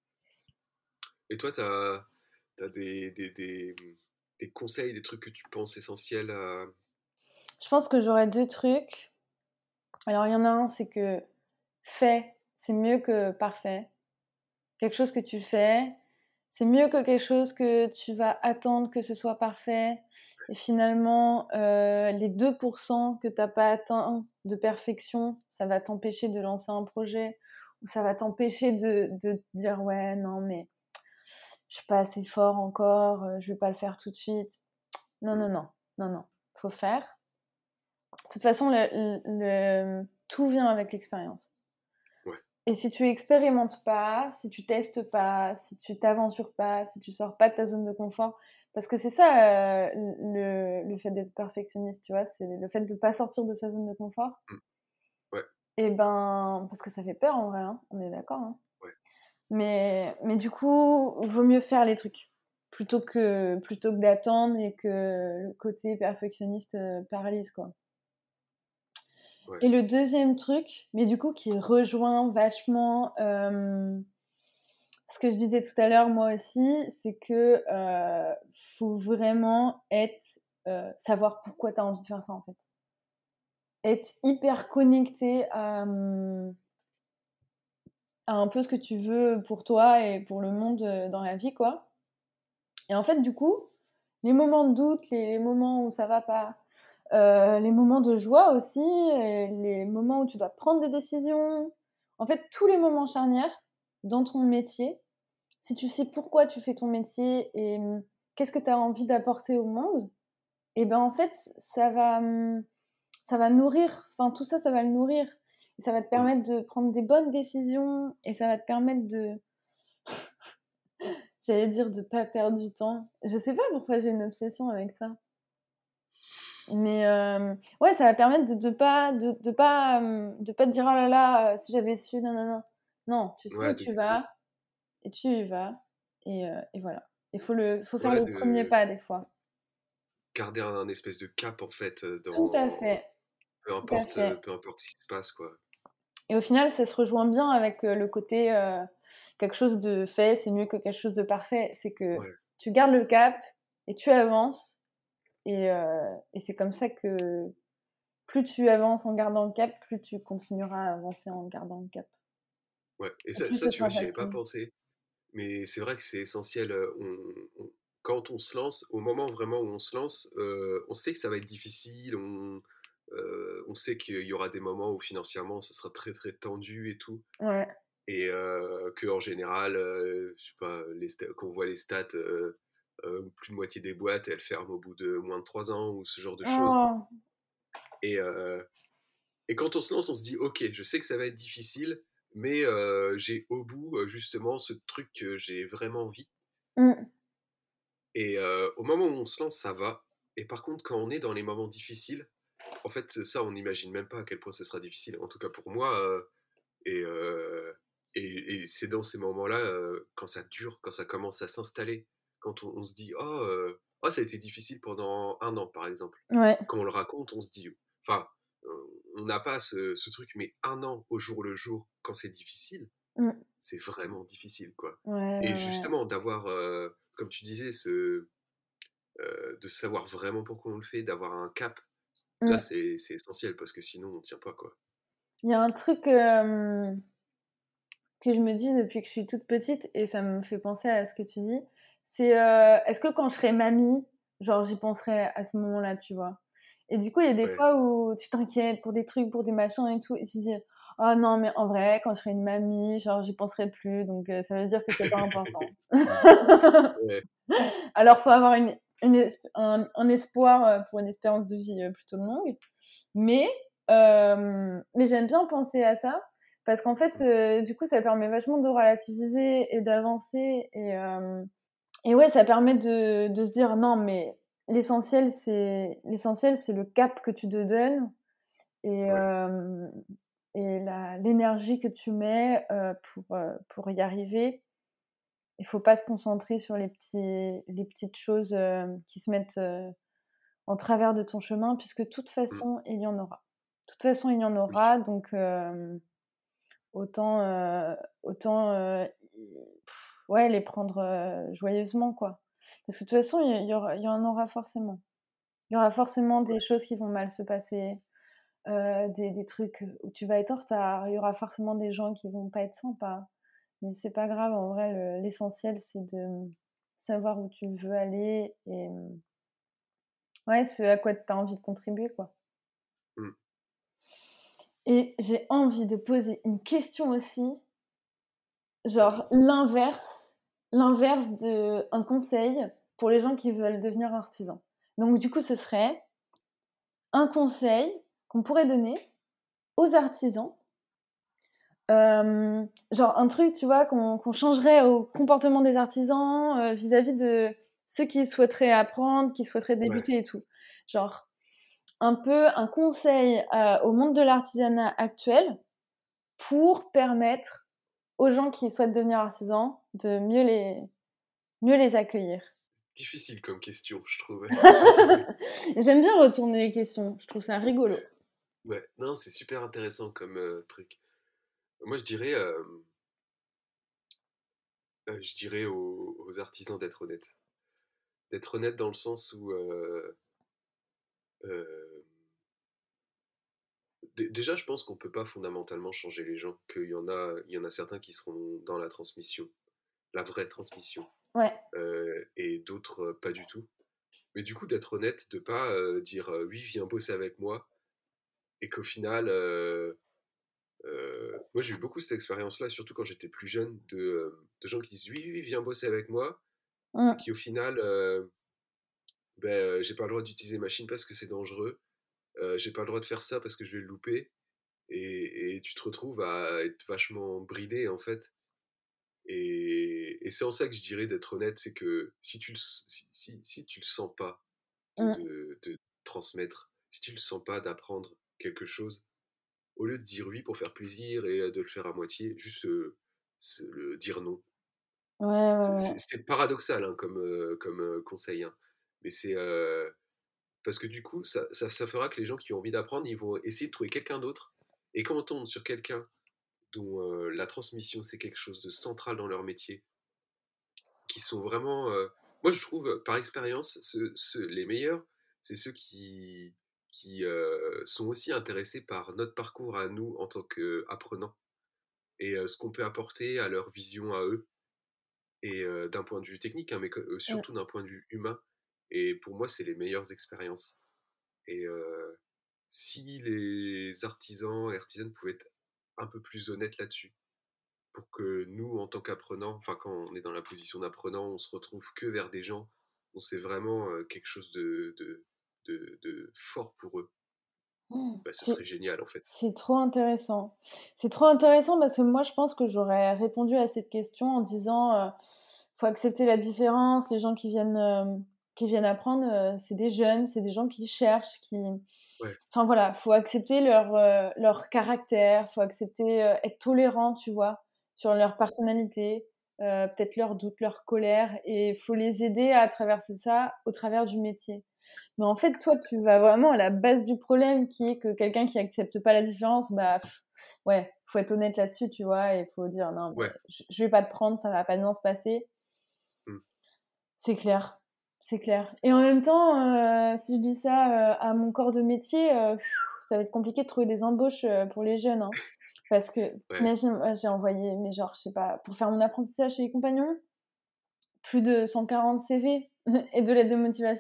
Et toi, t'as, t'as des, des, des, des conseils, des trucs que tu penses essentiels à... Je pense que j'aurais deux trucs. Alors, il y en a un, c'est que fait, c'est mieux que parfait. Quelque chose que tu fais, c'est mieux que quelque chose que tu vas attendre que ce soit parfait. Et finalement, euh, les deux pour cent que tu n'as pas atteint de perfection, ça va t'empêcher de lancer un projet ou ça va t'empêcher de, de te dire ouais, non, mais je suis pas assez fort encore, euh, je vais pas le faire tout de suite. Non, Mm, non, non, non, non, faut faire. De toute façon, le, le- le- tout vient avec l'expérience. ouais, Et si tu expérimentes pas, si tu testes pas, si tu t'aventures pas, si tu sors pas de ta zone de confort, parce que c'est ça euh, le, le fait d'être perfectionniste, tu vois, c'est le fait de pas sortir de sa zone de confort. mm, ouais, Et ben, parce que ça fait peur en vrai, hein, on est d'accord. Hein. ouais, Mais, mais du coup, vaut mieux faire les trucs plutôt que, plutôt que d'attendre et que le côté perfectionniste euh, paralyse, quoi. ouais. Et le deuxième truc, mais du coup qui rejoint vachement euh, ce que je disais tout à l'heure moi aussi, c'est que euh, faut vraiment être euh, savoir pourquoi tu as envie de faire ça en fait. Être hyper connecté à, hum, à un peu ce que tu veux pour toi et pour le monde euh, dans la vie quoi. Et en fait du coup, les moments de doute, les, les moments où ça va pas, euh, les moments de joie aussi, et les moments où tu dois prendre des décisions, en fait tous les moments charnières dans ton métier, si tu sais pourquoi tu fais ton métier et hum, qu'est-ce que tu as envie d'apporter au monde, et ben en fait, ça va, hum, ça va nourrir, enfin tout ça, ça va le nourrir. Et ça va te Mm. permettre de prendre des bonnes décisions et ça va te permettre de, j'allais dire, de pas perdre du temps. Je sais pas pourquoi j'ai une obsession avec ça. Mais euh, ouais, ça va permettre de, de pas, de, de pas, hum, de pas te dire oh là là, euh, si j'avais su, non, non, non. Non, tu sais où Ouais, de, tu de- vas et tu y vas. Et, euh, et voilà. Il faut, le, faut faire ouais, le premier de pas des fois. garder un, un espèce de cap en fait euh, Tout à dans fait, peu tout à importe euh, fait. peu importe ce qui se passe quoi. Et au final, ça se rejoint bien avec euh, le côté euh, quelque chose de fait, c'est mieux que quelque chose de parfait. C'est que Ouais, tu gardes le cap et tu avances. Et, euh, et c'est comme ça que plus tu avances en gardant le cap, plus tu continueras à avancer en gardant le cap. ouais. Et Et ça, plus ça ce tu vois, sera j'y avais pas facile. pensé. Mais c'est vrai que c'est essentiel. euh, on- on- quand on se lance, au moment vraiment où on se lance, euh, on sait que ça va être difficile. On, euh, on sait qu'il y aura des moments où financièrement, ça sera très très tendu et tout. Ouais. Et euh, que en général, euh, je sais pas, les sta- qu'on voit les stats, euh, euh, plus de moitié des boîtes, elles ferment au bout de moins de trois ans ou ce genre de choses. Oh. Et, euh, et quand on se lance, on se dit, ok, je sais que ça va être difficile, mais euh, j'ai au bout euh, justement ce truc que j'ai vraiment envie. Mm. Et euh, au moment où on se lance, ça va. Et par contre, quand on est dans les moments difficiles, en fait, ça, on n'imagine même pas à quel point ça sera difficile. En tout cas pour moi. euh, et, euh, et, et c'est dans ces moments-là, euh, quand ça dure, quand ça commence à s'installer, quand on, on se dit, oh, euh, oh, ça a été difficile pendant un an, par exemple. Ouais. Quand on le raconte, on se dit, enfin, euh, on n'a pas ce, ce truc, mais un an au jour le jour, quand c'est difficile, Mm. c'est vraiment difficile, quoi. Ouais, Et ouais, ouais. justement, d'avoir, euh, comme tu disais, ce, euh, de savoir vraiment pourquoi on le fait, d'avoir un cap, là, Mm. c'est c'est essentiel parce que sinon, on tient pas, quoi. Il y a un truc euh, que je me dis depuis que je suis toute petite et ça me fait penser à ce que tu dis. C'est euh, est-ce que quand je serai mamie, genre j'y penserai à ce moment-là, tu vois. Et du coup, il y a des Ouais. fois où tu t'inquiètes pour des trucs, pour des machins et tout, et tu te dis: «Oh non, mais en vrai, quand je serai une mamie, genre, j'y penserai plus, donc heu, ça veut dire que c'est pas important». Ouais. Alors, faut avoir une une esp un un espoir, heu, pour une espérance de vie, heu, plutôt longue, mais hem, mais j'aime bien penser à ça parce qu'en fait, Mmh. heu, du coup, ça permet vachement de relativiser et d'avancer et hem et ouais, ça permet de de se dire: «Non, mais l'essentiel, c'est l'essentiel, c'est le cap que tu te donnes et Ouais. hem et la l'énergie que tu mets, heu, pour, heu, pour y arriver». Il faut pas se concentrer sur les petits les petites choses, heu, qui se mettent, heu, en travers de ton chemin puisque de toute Mmh. façon, il y en aura. De toute façon, il y en Oui. aura donc hem, autant, heu, autant, heu, i ouais, les prendre, heu, joyeusement, quoi. Parce que de toute façon, il y il y aura il y en aura forcément. Il y aura forcément Ouais. des choses qui vont mal se passer, heu, des des trucs où tu vas être en retard. Il y aura forcément des gens qui vont pas être sympas. Mais c'est pas grave, en vrai, le l'essentiel, c'est de, mmh, savoir où tu veux aller et mmh, ouais, ce à quoi tu as envie de contribuer, quoi. Mmh. Et j'ai envie de poser une question aussi, Vas-y. genre l'inverse l'inverse de un conseil pour les gens qui veulent devenir artisans. Donc du coup, ce serait un conseil qu'on pourrait donner aux artisans. Hem, genre un truc, tu vois, qu'on qu'on changerait au comportement des artisans, heu, vis-à-vis de ceux qui souhaiteraient apprendre, qui souhaiteraient Ouais. débuter et tout. Genre un peu un conseil, heu, au monde de l'artisanat actuel pour permettre aux gens qui souhaitent devenir artisans de mieux les mieux les accueillir. Difficile comme question, je trouve. J'aime bien retourner les questions, je trouve ça rigolo. Ouais, non, c'est super intéressant comme, heu, truc. Moi, je dirais, hem, heu, je dirais aux aux artisans d'être honnêtes. D'être honnêtes dans le sens où, heu, hem, dé déjà, je pense qu'on peut pas fondamentalement changer les gens, qu'il y en a il y en a certains qui seront dans la transmission, la vraie transmission, Ouais. heu et d'autres, heu, pas du tout. Mais du coup, d'être honnête, de pas, heu, dire, heu: «Oui, viens bosser avec moi» et qu'au final, heu heu, moi, j'ai eu beaucoup cette expérience-là, surtout quand j'étais plus jeune, de, hem, de gens qui disent: «Oui, oui, viens bosser avec moi» et Mmh. qui au final, heu, beh, heu, j'ai pas le droit d'utiliser machine parce que c'est dangereux, heu, j'ai pas le droit de faire ça parce que je vais le louper et et tu te retrouves à être vachement bridé, en fait et et c'est en ça que je dirais d'être honnête, c'est que si tu le s si si si tu le sens pas de Mmh. de de transmettre, si tu le sens pas d'apprendre quelque chose, au lieu de dire oui pour faire plaisir et heu, de le faire à moitié, juste, heu, se le dire non. Ouais, ouais, C'est ouais. c'est c'est paradoxal, hein, comme, heu, comme, heu, conseil, hein, mais c'est, heu, parce que du coup, ça ça ça fera que les gens qui ont envie d'apprendre, ils vont essayer de trouver quelqu'un d'autre et quand on tombe sur quelqu'un dont, heu, la transmission, c'est quelque chose de central dans leur métier, qui sont vraiment, heu moi je trouve, heu, par expérience, ceux ceux les meilleurs, c'est ceux qui qui, heu, sont aussi intéressés par notre parcours à nous en tant qu'apprenants et heu, ce qu'on peut apporter à leur vision à eux et heu, d'un point de vue technique, hein, mais que heu, Mmh. surtout d'un point de vue humain et pour moi, c'est les meilleures expériences et heu, si les artisans et artisanes pouvaient être un peu plus honnêtes là-dessus, pour que nous, en tant qu'apprenants, enfin quand on est dans la position d'apprenant, on se retrouve que vers des gens dont c'est vraiment, heu, quelque chose de de de de fort pour eux, Mmh. bah, ce C'est serait génial, en fait. c'est trop intéressant. C'est trop intéressant parce que moi, je pense que j'aurais répondu à cette question en disant, heu: «Faut accepter la différence, les gens qui viennent, hem, qui viennent apprendre, heu, c'est des jeunes, c'est des gens qui cherchent, qui» Ouais, enfin voilà, faut accepter leur, heu, leur caractère, faut accepter, heu, être tolérant, tu vois? Sur leur personnalité, heu, peut-être leurs doutes, leur colère et faut les aider à traverser ça au travers du métier. Mais en fait, toi, tu vas vraiment à la base du problème qui est que quelqu'un qui accepte pas la différence, bah, pff, ouais, faut être honnête là-dessus, tu vois? Et faut dire: «Non, mais ouais, je je vais pas te prendre, ça va pas bien se passer». mmh, C'est clair, c'est clair. Et en même temps, heu, si je dis ça, heu, à mon corps de métier, heu, ça va être compliqué de trouver des embauches, heu, pour les jeunes, hein. Parce que tu ouais, imagines, moi, j'ai envoyé, mais genre, je sais pas, pour faire mon apprentissage chez les compagnons, plus de cent quarante C V et de lettres de motivation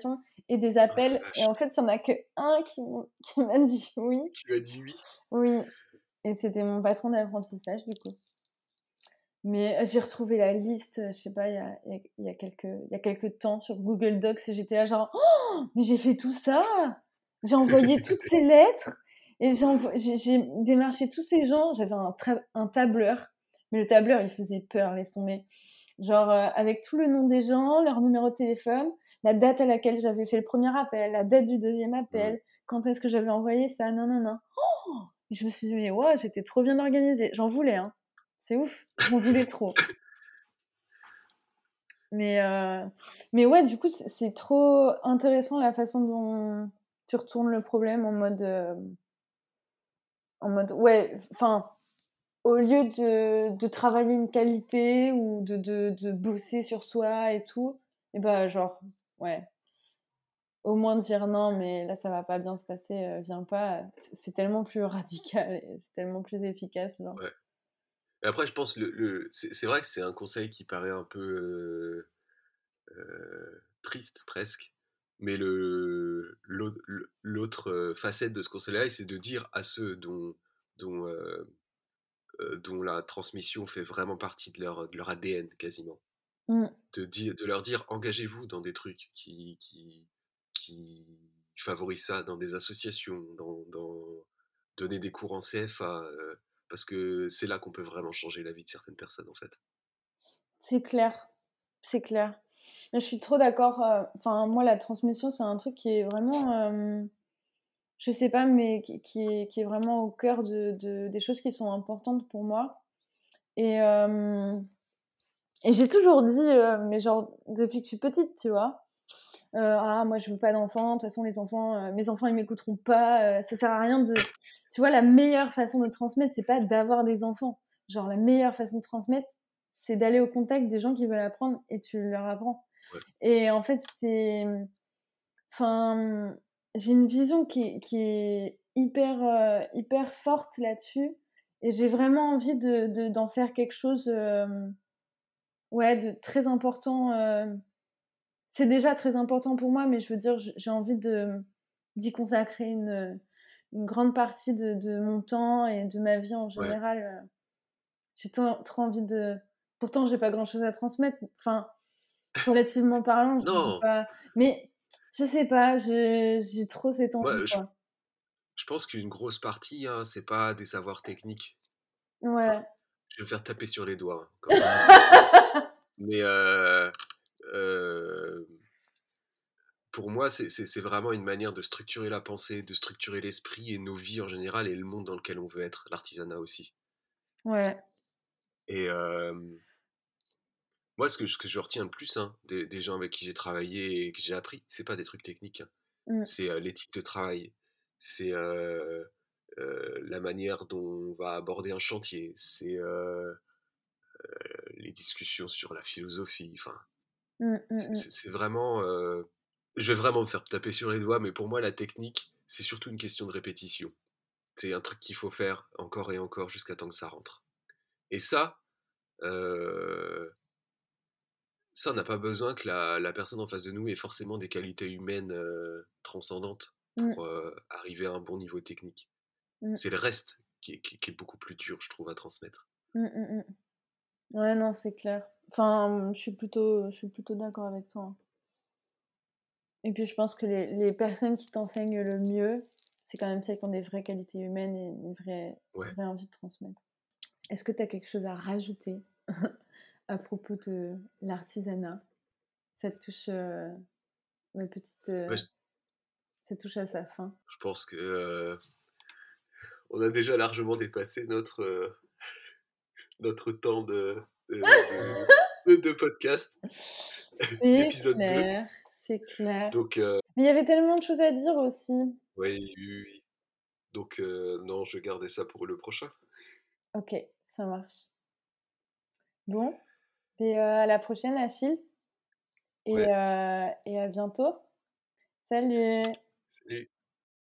et des Oh la appels et vache. en fait, il y en a qu'un qui m'ont qui m'a dit oui. Qui m'a dit oui? Oui et c'était mon patron d'apprentissage, du coup. Mais j'ai retrouvé la liste, je sais pas, il y a il y a il y a quelques il y a quelque temps sur Google Docs et j'étais là genre: «Oh! Mais j'ai fait tout ça? J'ai envoyé toutes ces lettres et j'ai envo j'ai j'ai démarché tous ces gens». J'avais un tra un tableur, mais le tableur, il faisait peur, laisse tomber. Genre, heu, avec tout le nom des gens, leur numéro de téléphone, la date à laquelle j'avais fait le premier appel, la date du deuxième Mmh. appel, quand est-ce que j'avais envoyé ça, nin-nin-nin. Et je me suis dit: «Mais waouh, j'étais trop bien organisée». J'en voulais, hein. C'est ouf, j'en voulais trop. Mais heu, mais ouais, du coup, c'est c'est trop intéressant la façon dont tu retournes le problème en mode, hem, en mode ouais, enfin, au lieu de de travailler une qualité ou de de de bosser sur soi et tout et bah, genre, ouais, au moins dire: «Non, mais là, ça va pas bien se passer, heu, viens pas», c'est c'est tellement plus radical et c'est tellement plus efficace, genre. Ouais. Et après je pense le le c'est c'est vrai que c'est un conseil qui paraît un peu, heu heu, triste presque, mais le l'au le l'autre, heu, facette de ce conseil-là, c'est de dire à ceux dont dont, heu heu, dont la transmission fait vraiment partie de leur de leur A D N quasiment. Mmh, De dire de leur dire: «Engagez-vous dans des trucs qui qui qui favorisent ça, dans des associations, dans dans donner des cours en C F A», heu, parce que c'est là qu'on peut vraiment changer la vie de certaines personnes, en fait. c'est clair, c'est clair. Mais je suis trop d'accord, heu, enfin, moi, la transmission, c'est un truc qui est vraiment, hem, je sais pas, mais qui qui est qui est vraiment au cœur de de des choses qui sont importantes pour moi et hem et j'ai toujours dit, heu, mais genre depuis que je suis petite, tu vois? Heu: «Ah moi je veux pas d'enfants, de toute façon les enfants, heu, mes enfants ils m'écouteront pas, heu, ça sert à rien de». Tu vois, la meilleure façon de transmettre, c'est pas d'avoir des enfants. Genre la meilleure façon de transmettre, c'est d'aller au contact des gens qui veulent apprendre et tu leur apprends Ouais, et en fait, c'est, mmh, enfin, mmh, j'ai une vision qui est qui est hyper, heu, hyper forte là-dessus et j'ai vraiment envie de de d'en faire quelque chose, hem, ouais, de très important, hem c'est déjà très important pour moi, mais je veux dire, j j'ai envie de d'y consacrer une, une grande partie de de mon temps et de ma vie en ouais. général, heu. J'ai tant trop envie de pourtant j'ai pas grand-chose à transmettre, enfin, relativement parlant, j'ai Non! pas mais je sais pas, j'ai j'ai trop cette envie, Moi, je quoi. je pense qu'une grosse partie, hein, c'est pas des savoirs techniques. Enfin, Ouais. je vais me faire taper sur les doigts, hein, quand si je dis ça. Mais, heu, hem, pour moi, c'est c'est c'est vraiment une manière de structurer la pensée, de structurer l'esprit et nos vies en général et le monde dans lequel on veut être, l'artisanat aussi. Ouais. Et hem, moi, ce que ce que je retiens le plus, hein, des des gens avec qui j'ai travaillé et que j'ai appris, c'est pas des trucs techniques, hein. Mmh. C'est, heu, l'éthique de travail, c'est, heu heu, la manière dont on va aborder un chantier, c'est, heu, les discussions sur la philosophie, enfin, Mmh, mmh c'est mh. c'est c'est vraiment, heu, je vais vraiment me faire taper sur les doigts, mais pour moi, la technique, c'est surtout une question de répétition. C'est un truc qu'il faut faire encore et encore jusqu'à temps que ça rentre. Et ça, heu ça, on n'a pas besoin que la la personne en face de nous ait forcément des qualités humaines, heu, transcendantes Mmh. pour, heu, arriver à un bon niveau technique. Mmh. C'est le reste qui est qui est qui est beaucoup plus dur, je trouve, à transmettre. Mmh, mmh mh. Ouais, non, c'est clair. Enfin, mmh, je suis plutôt je suis plutôt d'accord avec toi, hein. Et puis je pense que les les personnes qui t'enseignent le mieux, c'est quand même celles qui ont des vraies qualités humaines et une vraie Ouais, vraie envie de transmettre. Est-ce que tu as quelque chose à rajouter à propos de l'artisanat? Ça touche, heu, ma petite, heu, ouais, je ça touche à sa fin. je pense que, heu, on a déjà largement dépassé notre, heu, notre temps de de de de de podcast, C'est d'épisode deux. clair, c'est clair. Donc, heu, Mais il y avait tellement de choses à dire aussi. oui, oui, oui, oui. Donc, heu, non, je vais garder ça pour le prochain. OK, ça marche. Bon, et heu, à la prochaine Achille et Ouais, heu et à bientôt. Salut! salut.